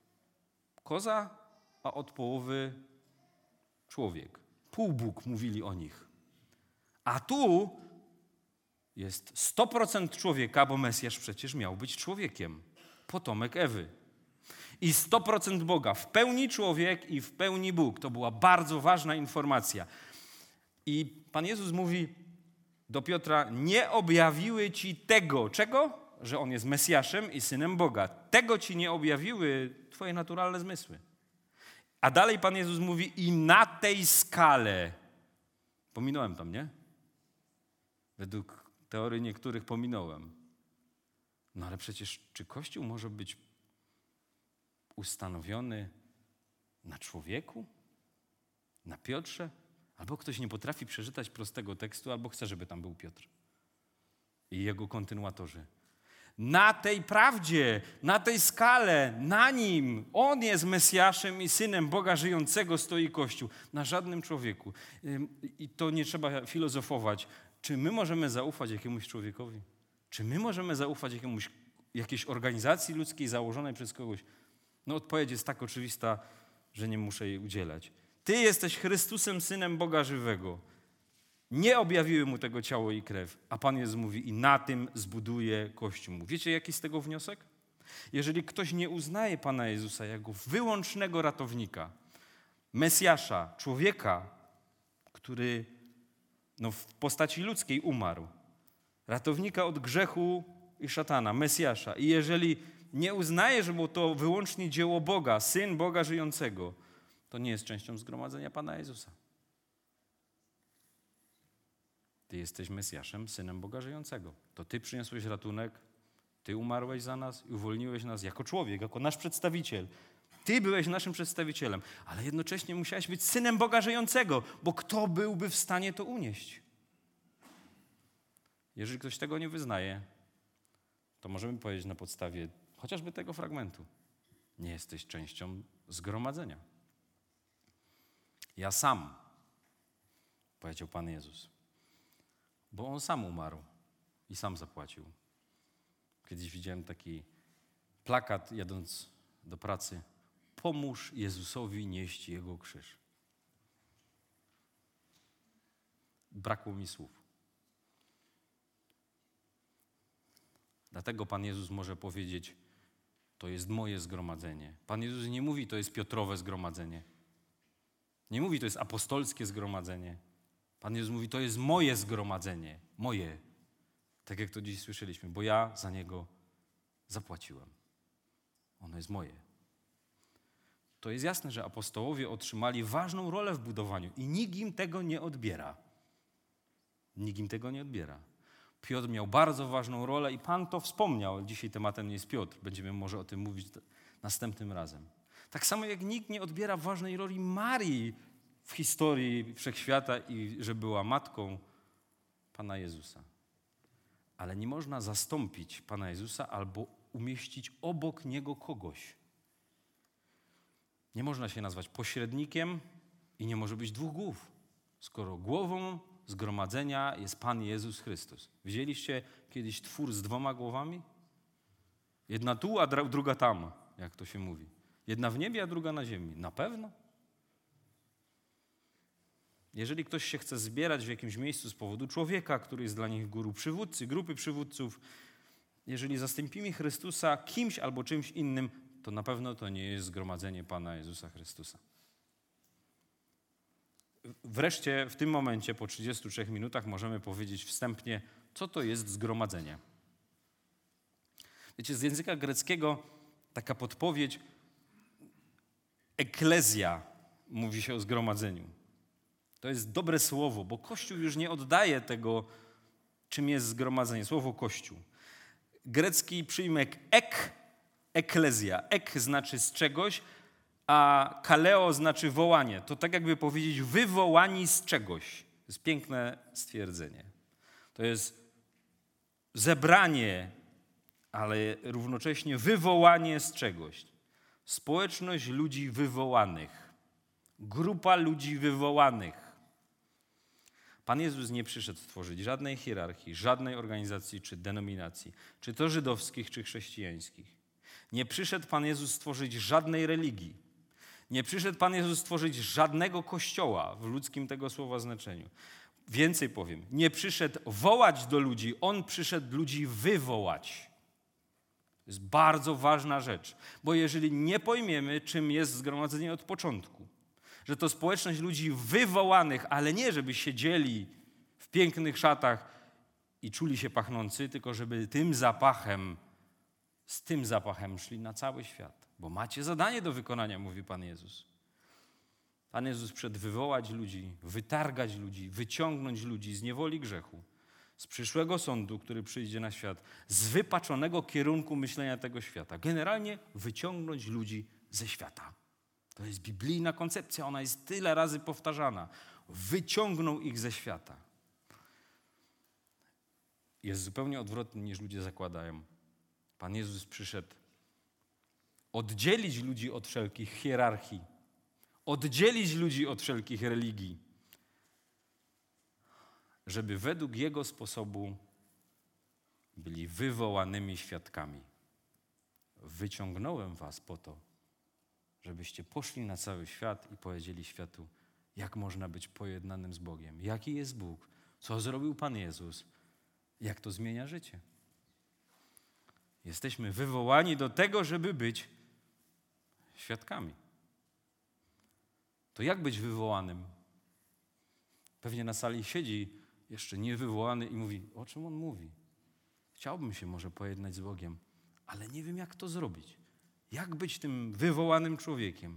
koza, a od połowy człowiek. Półbóg mówili o nich. A tu jest sto procent człowieka, bo Mesjasz przecież miał być człowiekiem. Potomek Ewy. I sto procent Boga. W pełni człowiek i w pełni Bóg. To była bardzo ważna informacja. I Pan Jezus mówi do Piotra, nie objawiły ci tego. Czego? Że On jest Mesjaszem i Synem Boga. Tego ci nie objawiły twoje naturalne zmysły. A dalej Pan Jezus mówi, i na tej skale. Pominąłem tam, nie? Według teorii niektórych pominąłem. No ale przecież czy Kościół może być ustanowiony na człowieku? Na Piotrze? Albo ktoś nie potrafi przeczytać prostego tekstu, albo chce, żeby tam był Piotr i jego kontynuatorzy. Na tej prawdzie, na tej skale, na Nim, On jest Mesjaszem i Synem Boga żyjącego stoi Kościół. Na żadnym człowieku. I to nie trzeba filozofować. Czy my możemy zaufać jakiemuś człowiekowi? Czy my możemy zaufać jakiemuś, jakiejś organizacji ludzkiej założonej przez kogoś? No odpowiedź jest tak oczywista, że nie muszę jej udzielać. Ty jesteś Chrystusem, Synem Boga żywego. Nie objawiły mu tego ciało i krew, a Pan Jezus mówi, i na tym zbuduje Kościół. Wiecie, jaki jest tego wniosek? Jeżeli ktoś nie uznaje Pana Jezusa jako wyłącznego ratownika, Mesjasza, człowieka, który no, w postaci ludzkiej umarł, ratownika od grzechu i szatana, Mesjasza, i jeżeli nie uznaje, że było to wyłącznie dzieło Boga, Syn Boga żyjącego, to nie jest częścią zgromadzenia Pana Jezusa. Ty jesteś Mesjaszem, Synem Boga żyjącego. To Ty przyniosłeś ratunek, Ty umarłeś za nas i uwolniłeś nas jako człowiek, jako nasz przedstawiciel. Ty byłeś naszym przedstawicielem, ale jednocześnie musiałeś być Synem Boga żyjącego, bo kto byłby w stanie to unieść? Jeżeli ktoś tego nie wyznaje, to możemy powiedzieć na podstawie chociażby tego fragmentu. Nie jesteś częścią zgromadzenia. Ja sam, powiedział Pan Jezus, bo On sam umarł i sam zapłacił. Kiedyś widziałem taki plakat jadąc do pracy. Pomóż Jezusowi nieść Jego krzyż. Brakło mi słów. Dlatego Pan Jezus może powiedzieć, to jest moje zgromadzenie. Pan Jezus nie mówi, to jest Piotrowe zgromadzenie. Nie mówi, to jest apostolskie zgromadzenie. Pan Jezus mówi, to jest moje zgromadzenie. Moje. Tak jak to dziś słyszeliśmy, bo ja za niego zapłaciłem. Ono jest moje. To jest jasne, że apostołowie otrzymali ważną rolę w budowaniu i nikt im tego nie odbiera. Nikt im tego nie odbiera. Piotr miał bardzo ważną rolę i Pan to wspomniał. Dzisiaj tematem nie jest Piotr. Będziemy może o tym mówić następnym razem. Tak samo jak nikt nie odbiera ważnej roli Marii w historii wszechświata i że była matką Pana Jezusa. Ale nie można zastąpić Pana Jezusa albo umieścić obok Niego kogoś. Nie można się nazwać pośrednikiem i nie może być dwóch głów, skoro głową zgromadzenia jest Pan Jezus Chrystus. Widzieliście kiedyś twór z dwoma głowami? Jedna tu, a druga tam, jak to się mówi. Jedna w niebie, a druga na ziemi. Na pewno. Jeżeli ktoś się chce zbierać w jakimś miejscu z powodu człowieka, który jest dla nich guru przywódcy, grupy przywódców, jeżeli zastąpimy Chrystusa kimś albo czymś innym, to na pewno to nie jest zgromadzenie Pana Jezusa Chrystusa. Wreszcie w tym momencie, po trzydziestu trzech minutach, możemy powiedzieć wstępnie, co to jest zgromadzenie. Wiecie, z języka greckiego taka podpowiedź eklezja mówi się o zgromadzeniu. To jest dobre słowo, bo Kościół już nie oddaje tego, czym jest zgromadzenie. Słowo Kościół. Grecki przyjmek ek, eklezja. Ek znaczy z czegoś, a kaleo znaczy wołanie. To tak jakby powiedzieć wywołani z czegoś. To jest piękne stwierdzenie. To jest zebranie, ale równocześnie wywołanie z czegoś. Społeczność ludzi wywołanych. Grupa ludzi wywołanych. Pan Jezus nie przyszedł stworzyć żadnej hierarchii, żadnej organizacji czy denominacji, czy to żydowskich, czy chrześcijańskich. Nie przyszedł Pan Jezus stworzyć żadnej religii. Nie przyszedł Pan Jezus stworzyć żadnego kościoła w ludzkim tego słowa znaczeniu. Więcej powiem, nie przyszedł wołać do ludzi, On przyszedł ludzi wywołać. To jest bardzo ważna rzecz, bo jeżeli nie pojmiemy, czym jest zgromadzenie od początku, że to społeczność ludzi wywołanych, ale nie żeby siedzieli w pięknych szatach i czuli się pachnący, tylko żeby tym zapachem, z tym zapachem szli na cały świat. Bo macie zadanie do wykonania, mówi Pan Jezus. Pan Jezus przyszedł wywołać ludzi, wytargać ludzi, wyciągnąć ludzi z niewoli grzechu, z przyszłego sądu, który przyjdzie na świat, z wypaczonego kierunku myślenia tego świata. Generalnie wyciągnąć ludzi ze świata. To jest biblijna koncepcja, ona jest tyle razy powtarzana. Wyciągnął ich ze świata. Jest zupełnie odwrotny, niż ludzie zakładają. Pan Jezus przyszedł oddzielić ludzi od wszelkich hierarchii, oddzielić ludzi od wszelkich religii, żeby według Jego sposobu byli wywołanymi świadkami. Wyciągnąłem was po to, żebyście poszli na cały świat i powiedzieli światu, jak można być pojednanym z Bogiem, jaki jest Bóg, co zrobił Pan Jezus, jak to zmienia życie. Jesteśmy wywołani do tego, żeby być świadkami. To jak być wywołanym? Pewnie na sali siedzi jeszcze niewywołany i mówi, o czym on mówi? Chciałbym się może pojednać z Bogiem, ale nie wiem, jak to zrobić. Jak być tym wywołanym człowiekiem?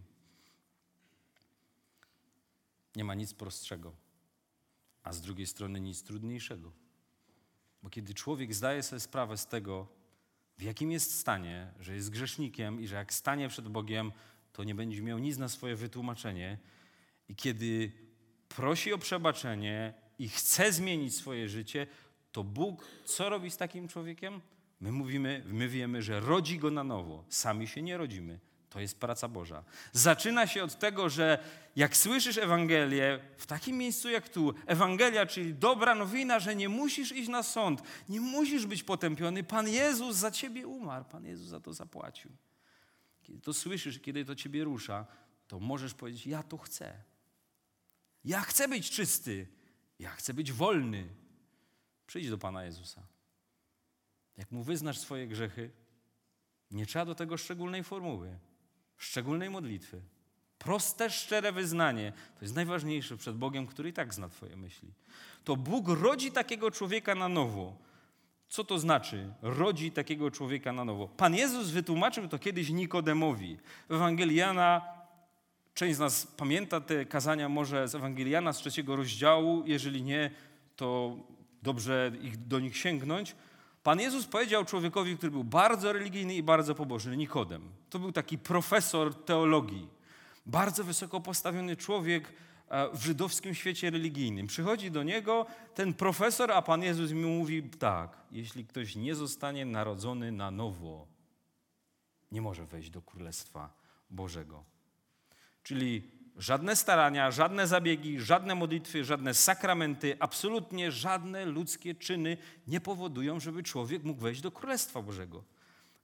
Nie ma nic prostszego, a z drugiej strony nic trudniejszego. Bo kiedy człowiek zdaje sobie sprawę z tego, w jakim jest stanie, że jest grzesznikiem i że jak stanie przed Bogiem, to nie będzie miał nic na swoje wytłumaczenie. I kiedy prosi o przebaczenie i chce zmienić swoje życie, to Bóg co robi z takim człowiekiem? My mówimy, my wiemy, że rodzi go na nowo. Sami się nie rodzimy. To jest praca Boża. Zaczyna się od tego, że jak słyszysz Ewangelię w takim miejscu jak tu, Ewangelia, czyli dobra nowina, że nie musisz iść na sąd, nie musisz być potępiony. Pan Jezus za ciebie umarł. Pan Jezus za to zapłacił. Kiedy to słyszysz, kiedy to ciebie rusza, to możesz powiedzieć, ja to chcę. Ja chcę być czysty. Ja chcę być wolny. Przyjdź do Pana Jezusa. Jak Mu wyznasz swoje grzechy, nie trzeba do tego szczególnej formuły, szczególnej modlitwy. Proste, szczere wyznanie. To jest najważniejsze przed Bogiem, który i tak zna twoje myśli. To Bóg rodzi takiego człowieka na nowo. Co to znaczy? Rodzi takiego człowieka na nowo. Pan Jezus wytłumaczył to kiedyś Nikodemowi. W Ewangelii Jana, część z nas pamięta te kazania może z Ewangelii Jana z trzeciego rozdziału. Jeżeli nie, to dobrze ich, do nich sięgnąć. Pan Jezus powiedział człowiekowi, który był bardzo religijny i bardzo pobożny, Nikodem. To był taki profesor teologii. Bardzo wysoko postawiony człowiek w żydowskim świecie religijnym. Przychodzi do niego ten profesor, a Pan Jezus mu mówi tak, jeśli ktoś nie zostanie narodzony na nowo, nie może wejść do Królestwa Bożego. Czyli żadne starania, żadne zabiegi, żadne modlitwy, żadne sakramenty, absolutnie żadne ludzkie czyny nie powodują, żeby człowiek mógł wejść do Królestwa Bożego.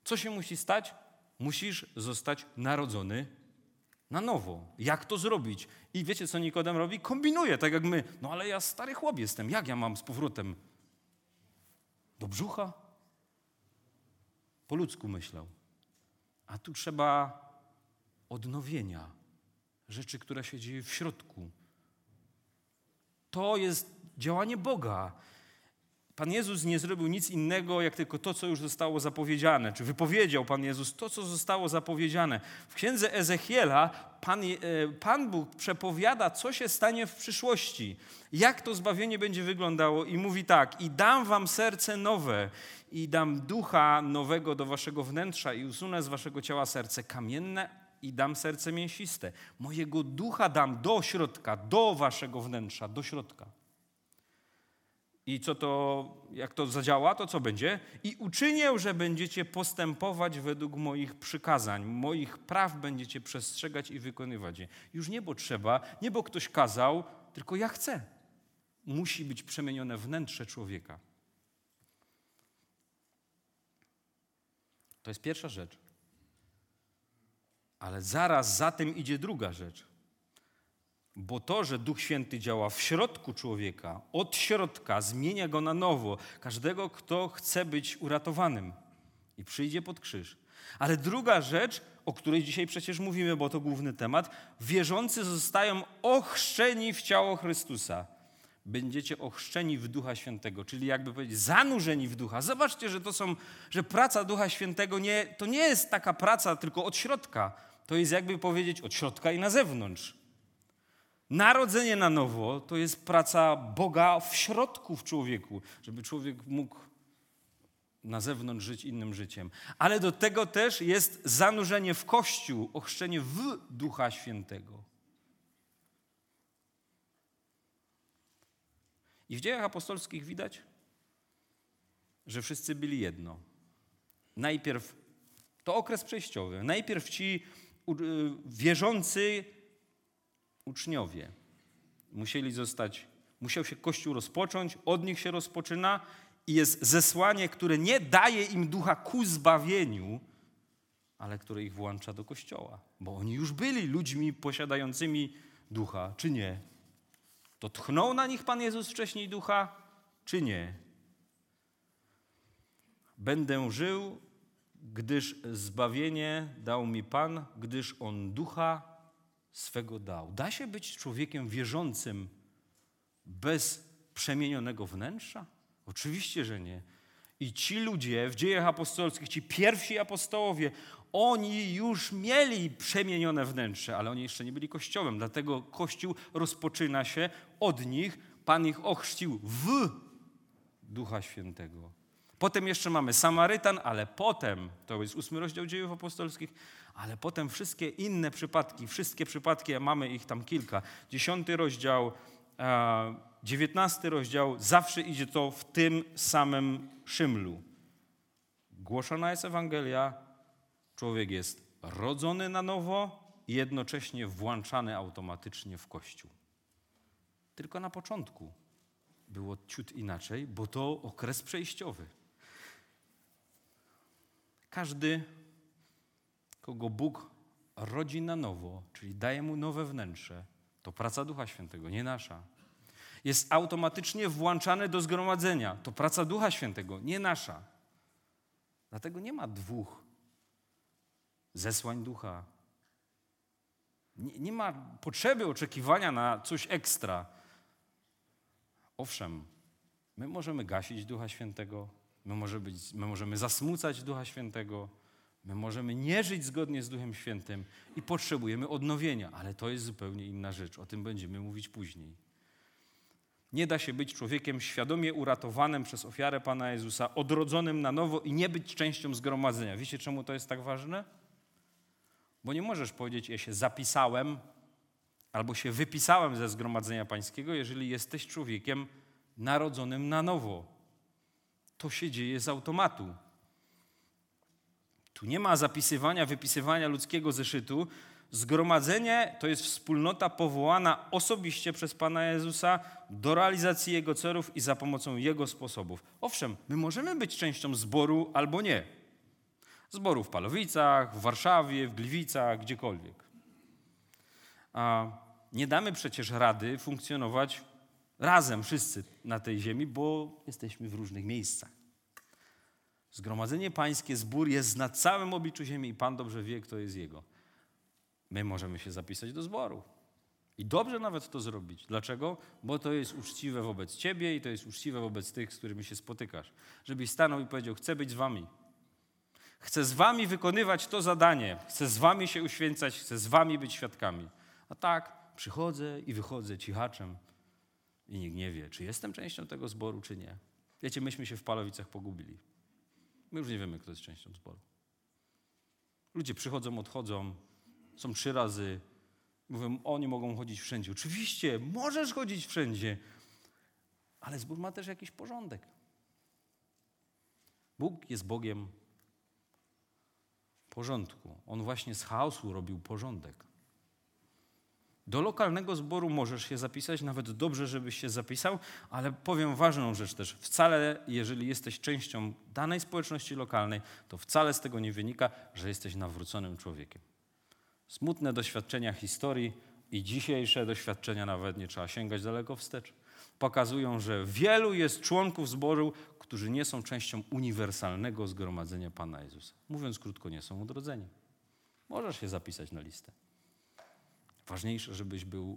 Co się musi stać? Musisz zostać narodzony na nowo. Jak to zrobić? I wiecie, co Nikodem robi? Kombinuje, tak jak my. No ale ja stary chłop jestem. Jak ja mam z powrotem do brzucha? Po ludzku myślał. A tu trzeba odnowienia. Rzeczy, które się dzieje w środku. To jest działanie Boga. Pan Jezus nie zrobił nic innego, jak tylko to, co już zostało zapowiedziane. Czy wypowiedział Pan Jezus to, co zostało zapowiedziane. W księdze Ezechiela Pan, Pan Bóg przepowiada, co się stanie w przyszłości. Jak to zbawienie będzie wyglądało. I mówi tak: i dam wam serce nowe, i dam ducha nowego do waszego wnętrza, i usunę z waszego ciała serce kamienne, i dam serce mięsiste. Mojego ducha dam do środka, do waszego wnętrza, do środka. I co to, jak to zadziała, to co będzie? I uczynię, że będziecie postępować według moich przykazań, moich praw będziecie przestrzegać i wykonywać je. Już nie bo trzeba, nie bo ktoś kazał, tylko ja chcę. Musi być przemienione wnętrze człowieka. To jest pierwsza rzecz. Ale zaraz za tym idzie druga rzecz. Bo to, że Duch Święty działa w środku człowieka, od środka, zmienia go na nowo. Każdego, kto chce być uratowanym i przyjdzie pod krzyż. Ale druga rzecz, o której dzisiaj przecież mówimy, bo to główny temat, wierzący zostają ochrzczeni w ciało Chrystusa. Będziecie ochrzczeni w Ducha Świętego, czyli jakby powiedzieć zanurzeni w Ducha. Zobaczcie, że to są, że praca Ducha Świętego nie, to nie jest taka praca tylko od środka. To jest jakby powiedzieć od środka i na zewnątrz. Narodzenie na nowo to jest praca Boga w środku w człowieku, żeby człowiek mógł na zewnątrz żyć innym życiem. Ale do tego też jest zanurzenie w Kościół, ochrzczenie w Ducha Świętego. I w Dziejach Apostolskich widać, że wszyscy byli jedno. Najpierw, to okres przejściowy, najpierw ci wierzący uczniowie musieli zostać, musiał się Kościół rozpocząć, od nich się rozpoczyna i jest zesłanie, które nie daje im ducha ku zbawieniu, ale które ich włącza do Kościoła. Bo oni już byli ludźmi posiadającymi ducha, czy nie? To tchnął na nich Pan Jezus wcześniej ducha, czy nie? Będę żył, gdyż zbawienie dał mi Pan, gdyż On ducha swego dał. Da się być człowiekiem wierzącym bez przemienionego wnętrza? Oczywiście, że nie. I ci ludzie w Dziejach Apostolskich, ci pierwsi apostołowie, oni już mieli przemienione wnętrze, ale oni jeszcze nie byli Kościołem. Dlatego Kościół rozpoczyna się od nich. Pan ich ochrzcił w Ducha Świętego. Potem jeszcze mamy Samarytan, ale potem, to jest ósmy rozdział Dziejów Apostolskich, ale potem wszystkie inne przypadki, wszystkie przypadki, a mamy ich tam kilka. Dziesiąty rozdział, dziewiętnasty rozdział, zawsze idzie to w tym samym szymlu. Głoszona jest Ewangelia, człowiek jest rodzony na nowo i jednocześnie włączany automatycznie w Kościół. Tylko na początku było ciut inaczej, bo to okres przejściowy. Każdy, kogo Bóg rodzi na nowo, czyli daje mu nowe wnętrze, to praca Ducha Świętego, nie nasza. Jest automatycznie włączany do zgromadzenia. To praca Ducha Świętego, nie nasza. Dlatego nie ma dwóch zesłań Ducha. Nie, nie ma potrzeby oczekiwania na coś ekstra. Owszem, my możemy gasić Ducha Świętego, my, może być, my możemy zasmucać Ducha Świętego, my możemy nie żyć zgodnie z Duchem Świętym i potrzebujemy odnowienia, ale to jest zupełnie inna rzecz. O tym będziemy mówić później. Nie da się być człowiekiem świadomie uratowanym przez ofiarę Pana Jezusa, odrodzonym na nowo i nie być częścią zgromadzenia. Wiecie, czemu to jest tak ważne? Bo nie możesz powiedzieć, ja się zapisałem albo się wypisałem ze zgromadzenia pańskiego, jeżeli jesteś człowiekiem narodzonym na nowo. To się dzieje z automatu. Tu nie ma zapisywania, wypisywania ludzkiego zeszytu. Zgromadzenie to jest wspólnota powołana osobiście przez Pana Jezusa do realizacji Jego celów i za pomocą Jego sposobów. Owszem, my możemy być częścią zboru albo nie. Zboru w Palowicach, w Warszawie, w Gliwicach, gdziekolwiek. A nie damy przecież rady funkcjonować razem wszyscy na tej ziemi, bo jesteśmy w różnych miejscach. Zgromadzenie Pańskie, zbór jest na całym obliczu ziemi i Pan dobrze wie, kto jest Jego. My możemy się zapisać do zboru. I dobrze nawet to zrobić. Dlaczego? Bo to jest uczciwe wobec Ciebie i to jest uczciwe wobec tych, z którymi się spotykasz. Żebyś stanął i powiedział, chcę być z Wami. Chcę z Wami wykonywać to zadanie. Chcę z Wami się uświęcać, chcę z Wami być świadkami. A tak, przychodzę i wychodzę cichaczem i nikt nie wie, czy jestem częścią tego zboru, czy nie. Wiecie, myśmy się w Palowicach pogubili. My już nie wiemy, kto jest częścią zboru. Ludzie przychodzą, odchodzą, są trzy razy. Mówią, oni mogą chodzić wszędzie. Oczywiście, możesz chodzić wszędzie, ale zbór ma też jakiś porządek. Bóg jest Bogiem porządku. On właśnie z chaosu robił porządek. Do lokalnego zboru możesz się zapisać, nawet dobrze, żebyś się zapisał, ale powiem ważną rzecz też. Wcale, jeżeli jesteś częścią danej społeczności lokalnej, to wcale z tego nie wynika, że jesteś nawróconym człowiekiem. Smutne doświadczenia historii i dzisiejsze doświadczenia, nawet nie trzeba sięgać daleko wstecz, pokazują, że wielu jest członków zboru, którzy nie są częścią uniwersalnego zgromadzenia Pana Jezusa. Mówiąc krótko, nie są odrodzeni. Możesz się zapisać na listę. Ważniejsze, żebyś był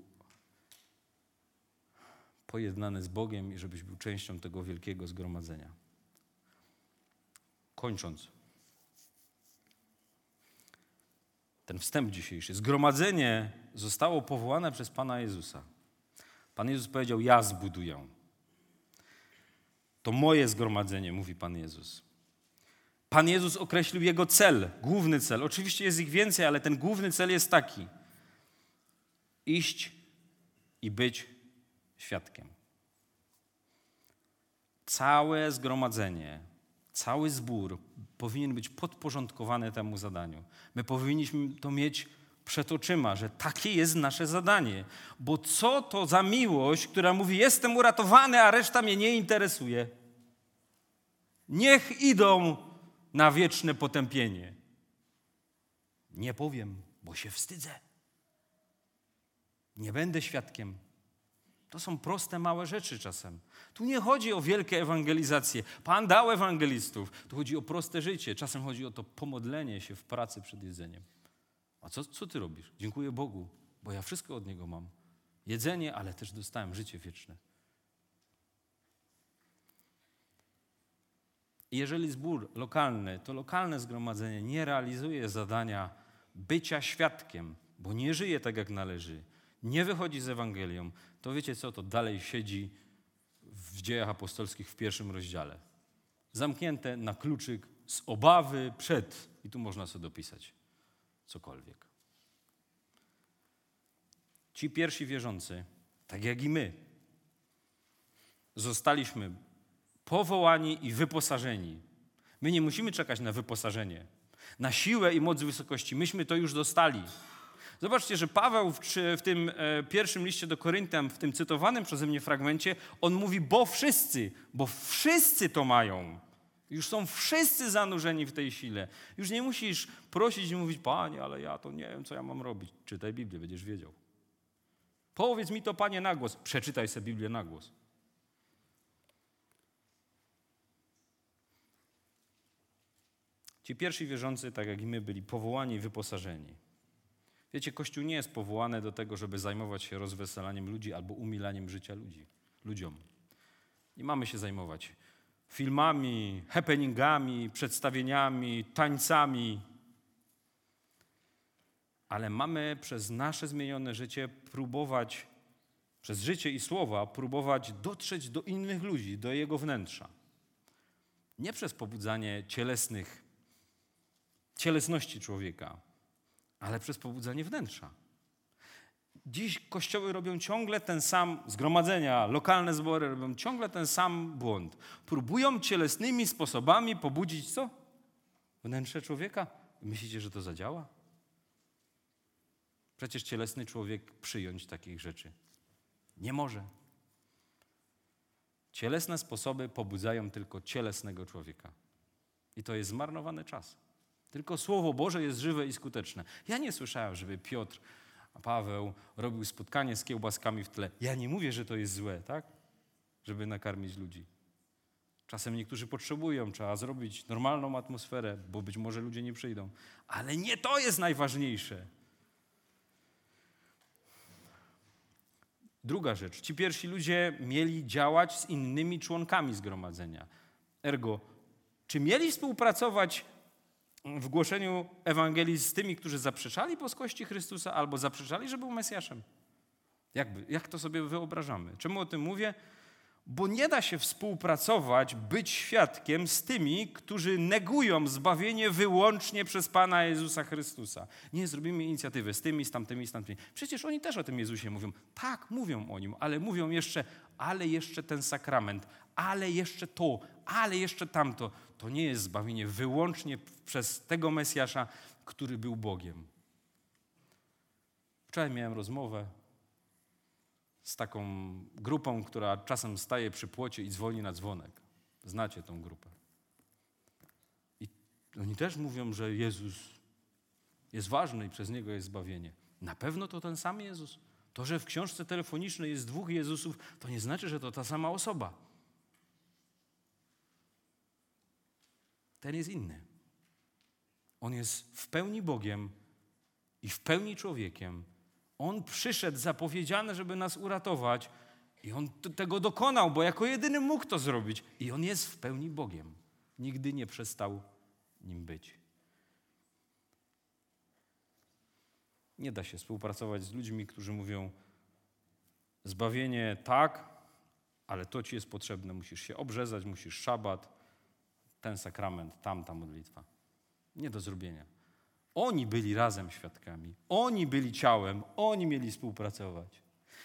pojednany z Bogiem i żebyś był częścią tego wielkiego zgromadzenia. Kończąc. Ten wstęp dzisiejszy. Zgromadzenie zostało powołane przez Pana Jezusa. Pan Jezus powiedział, ja zbuduję. To moje zgromadzenie, mówi Pan Jezus. Pan Jezus określił jego cel, główny cel. Oczywiście jest ich więcej, ale ten główny cel jest taki. Iść i być świadkiem. Całe zgromadzenie, cały zbór powinien być podporządkowany temu zadaniu. My powinniśmy to mieć przed oczyma, że takie jest nasze zadanie. Bo co to za miłość, która mówi, jestem uratowany, a reszta mnie nie interesuje. Niech idą na wieczne potępienie. Nie powiem, bo się wstydzę. Nie będę świadkiem. To są proste, małe rzeczy czasem. Tu nie chodzi o wielkie ewangelizacje. Pan dał ewangelistów. Tu chodzi o proste życie. Czasem chodzi o to pomodlenie się w pracy przed jedzeniem. A co, co ty robisz? Dziękuję Bogu, bo ja wszystko od Niego mam. Jedzenie, ale też dostałem życie wieczne. I jeżeli zbór lokalny, to lokalne zgromadzenie nie realizuje zadania bycia świadkiem, bo nie żyje tak, jak należy, nie wychodzi z Ewangelią, to wiecie co, to dalej siedzi w Dziejach Apostolskich w pierwszym rozdziale. Zamknięte na kluczyk z obawy przed, i tu można sobie dopisać cokolwiek. Ci pierwsi wierzący, tak jak i my, zostaliśmy powołani i wyposażeni. My nie musimy czekać na wyposażenie, na siłę i moc wysokości. Myśmy to już dostali. Zobaczcie, że Paweł w, w tym e, pierwszym liście do Koryntian, w tym cytowanym przeze mnie fragmencie, on mówi, bo wszyscy, bo wszyscy to mają. Już są wszyscy zanurzeni w tej sile. Już nie musisz prosić i mówić, Panie, ale ja to nie wiem, co ja mam robić. Czytaj Biblię, będziesz wiedział. Powiedz mi to, Panie, na głos. Przeczytaj sobie Biblię na głos. Ci pierwsi wierzący, tak jak i my, byli powołani i wyposażeni. Wiecie, Kościół nie jest powołany do tego, żeby zajmować się rozweselaniem ludzi albo umilaniem życia ludzi, ludziom. Nie mamy się zajmować filmami, happeningami, przedstawieniami, tańcami, ale mamy przez nasze zmienione życie próbować, przez życie i słowa, próbować dotrzeć do innych ludzi, do jego wnętrza. Nie przez pobudzanie cielesnych, cielesności człowieka, ale przez pobudzanie wnętrza. Dziś kościoły robią ciągle ten sam, zgromadzenia, lokalne zbory robią ciągle ten sam błąd. Próbują cielesnymi sposobami pobudzić co? Wnętrze człowieka. Myślicie, że to zadziała? Przecież cielesny człowiek przyjąć takich rzeczy nie może. Cielesne sposoby pobudzają tylko cielesnego człowieka. I to jest zmarnowany czas. Tylko Słowo Boże jest żywe i skuteczne. Ja nie słyszałem, żeby Piotr, a Paweł robił spotkanie z kiełbaskami w tle. Ja nie mówię, że to jest złe, tak? Żeby nakarmić ludzi. Czasem niektórzy potrzebują, trzeba zrobić normalną atmosferę, bo być może ludzie nie przyjdą. Ale nie to jest najważniejsze. Druga rzecz. Ci pierwsi ludzie mieli działać z innymi członkami zgromadzenia. Ergo, czy mieli współpracować w głoszeniu Ewangelii z tymi, którzy zaprzeczali boskości Chrystusa albo zaprzeczali, że był Mesjaszem? Jakby, jak to sobie wyobrażamy? Czemu o tym mówię? Bo nie da się współpracować, być świadkiem z tymi, którzy negują zbawienie wyłącznie przez Pana Jezusa Chrystusa. Nie zrobimy inicjatywy z tymi, z tamtymi, z tamtymi. Przecież oni też o tym Jezusie mówią. Tak, mówią o Nim, ale mówią jeszcze, ale jeszcze ten sakrament, ale jeszcze to, ale jeszcze tamto. To nie jest zbawienie wyłącznie przez tego Mesjasza, który był Bogiem. Wczoraj miałem rozmowę z taką grupą, która czasem staje przy płocie i dzwoni na dzwonek. Znacie tą grupę. I oni też mówią, że Jezus jest ważny i przez Niego jest zbawienie. Na pewno to ten sam Jezus. To, że w książce telefonicznej jest dwóch Jezusów, to nie znaczy, że to ta sama osoba. Ten jest inny. On jest w pełni Bogiem i w pełni człowiekiem. On przyszedł zapowiedziany, żeby nas uratować i On t- tego dokonał, bo jako jedyny mógł to zrobić. I On jest w pełni Bogiem. Nigdy nie przestał nim być. Nie da się współpracować z ludźmi, którzy mówią zbawienie tak, ale to ci jest potrzebne. Musisz się obrzezać, musisz szabat, ten sakrament, tamta modlitwa. Nie do zrobienia. Oni byli razem świadkami. Oni byli ciałem. Oni mieli współpracować.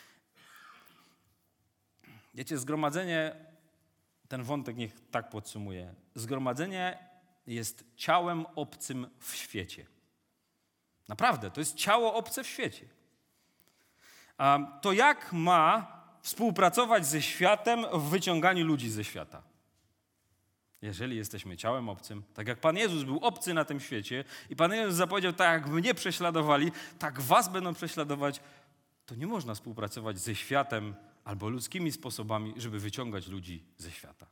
Wiecie, zgromadzenie, ten wątek niech tak podsumuję. Zgromadzenie jest ciałem obcym w świecie. Naprawdę, to jest ciało obce w świecie. A to jak ma współpracować ze światem w wyciąganiu ludzi ze świata? Jeżeli jesteśmy ciałem obcym, tak jak Pan Jezus był obcy na tym świecie i Pan Jezus zapowiedział, tak jak mnie prześladowali, tak was będą prześladować, to nie można współpracować ze światem albo ludzkimi sposobami, żeby wyciągać ludzi ze świata.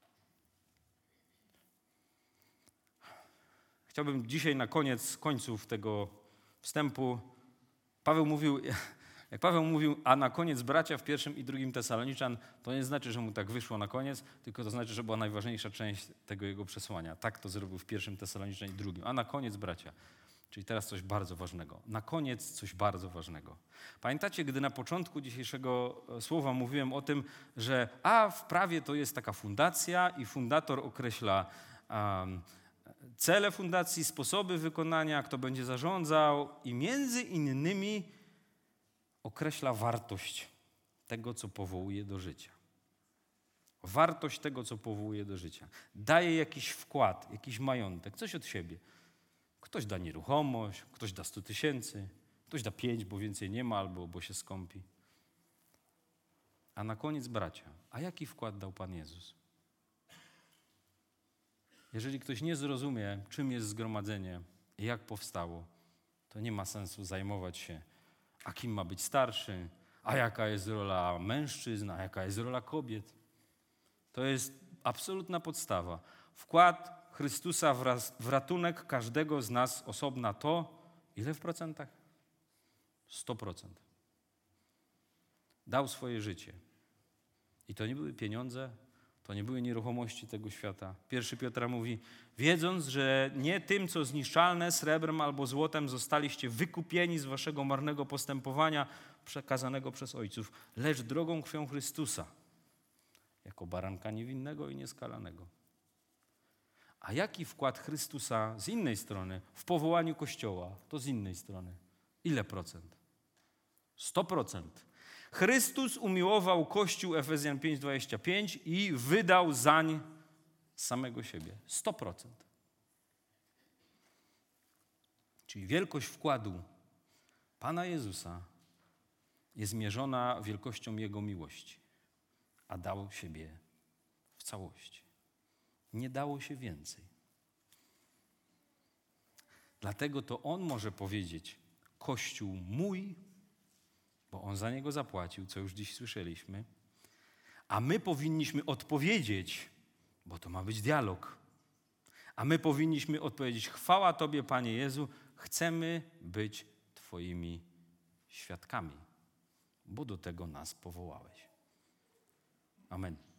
Chciałbym dzisiaj na koniec końców tego wstępu, Paweł mówił, jak Paweł mówił, a na koniec bracia w pierwszym i drugim Tesaloniczan, to nie znaczy, że mu tak wyszło na koniec, tylko to znaczy, że była najważniejsza część tego jego przesłania. Tak to zrobił w pierwszym Tesaloniczan i drugim. A na koniec bracia. Czyli teraz coś bardzo ważnego. Na koniec coś bardzo ważnego. Pamiętacie, gdy na początku dzisiejszego słowa mówiłem o tym, że a w prawie to jest taka fundacja i fundator określa um, cele fundacji, sposoby wykonania, kto będzie zarządzał i między innymi określa wartość tego, co powołuje do życia. Wartość tego, co powołuje do życia. Daje jakiś wkład, jakiś majątek, coś od siebie. Ktoś da nieruchomość, ktoś da sto tysięcy, ktoś da pięć, bo więcej nie ma, albo bo się skąpi. A na koniec bracia, a jaki wkład dał Pan Jezus? Jeżeli ktoś nie zrozumie, czym jest zgromadzenie i jak powstało, to nie ma sensu zajmować się, a kim ma być starszy, a jaka jest rola mężczyzn, a jaka jest rola kobiet. To jest absolutna podstawa. Wkład Chrystusa w ratunek każdego z nas osobna to, ile w procentach? sto procent. Dał swoje życie. I to nie były pieniądze, to nie były nieruchomości tego świata. Pierwszy Piotra mówi, wiedząc, że nie tym, co zniszczalne, srebrem albo złotem zostaliście wykupieni z waszego marnego postępowania przekazanego przez ojców, lecz drogą krwią Chrystusa, jako baranka niewinnego i nieskalanego. A jaki wkład Chrystusa z innej strony w powołaniu Kościoła, to z innej strony? Ile procent? sto procent. Chrystus umiłował Kościół, Efezjan pięć, dwadzieścia pięć i wydał zań samego siebie. sto procent. Czyli wielkość wkładu Pana Jezusa jest mierzona wielkością Jego miłości, a dał siebie w całości. Nie dało się więcej. Dlatego to On może powiedzieć: Kościół mój, bo On za niego zapłacił, co już dziś słyszeliśmy. A my powinniśmy odpowiedzieć, bo to ma być dialog. A my powinniśmy odpowiedzieć: chwała Tobie, Panie Jezu, chcemy być Twoimi świadkami, bo do tego nas powołałeś. Amen.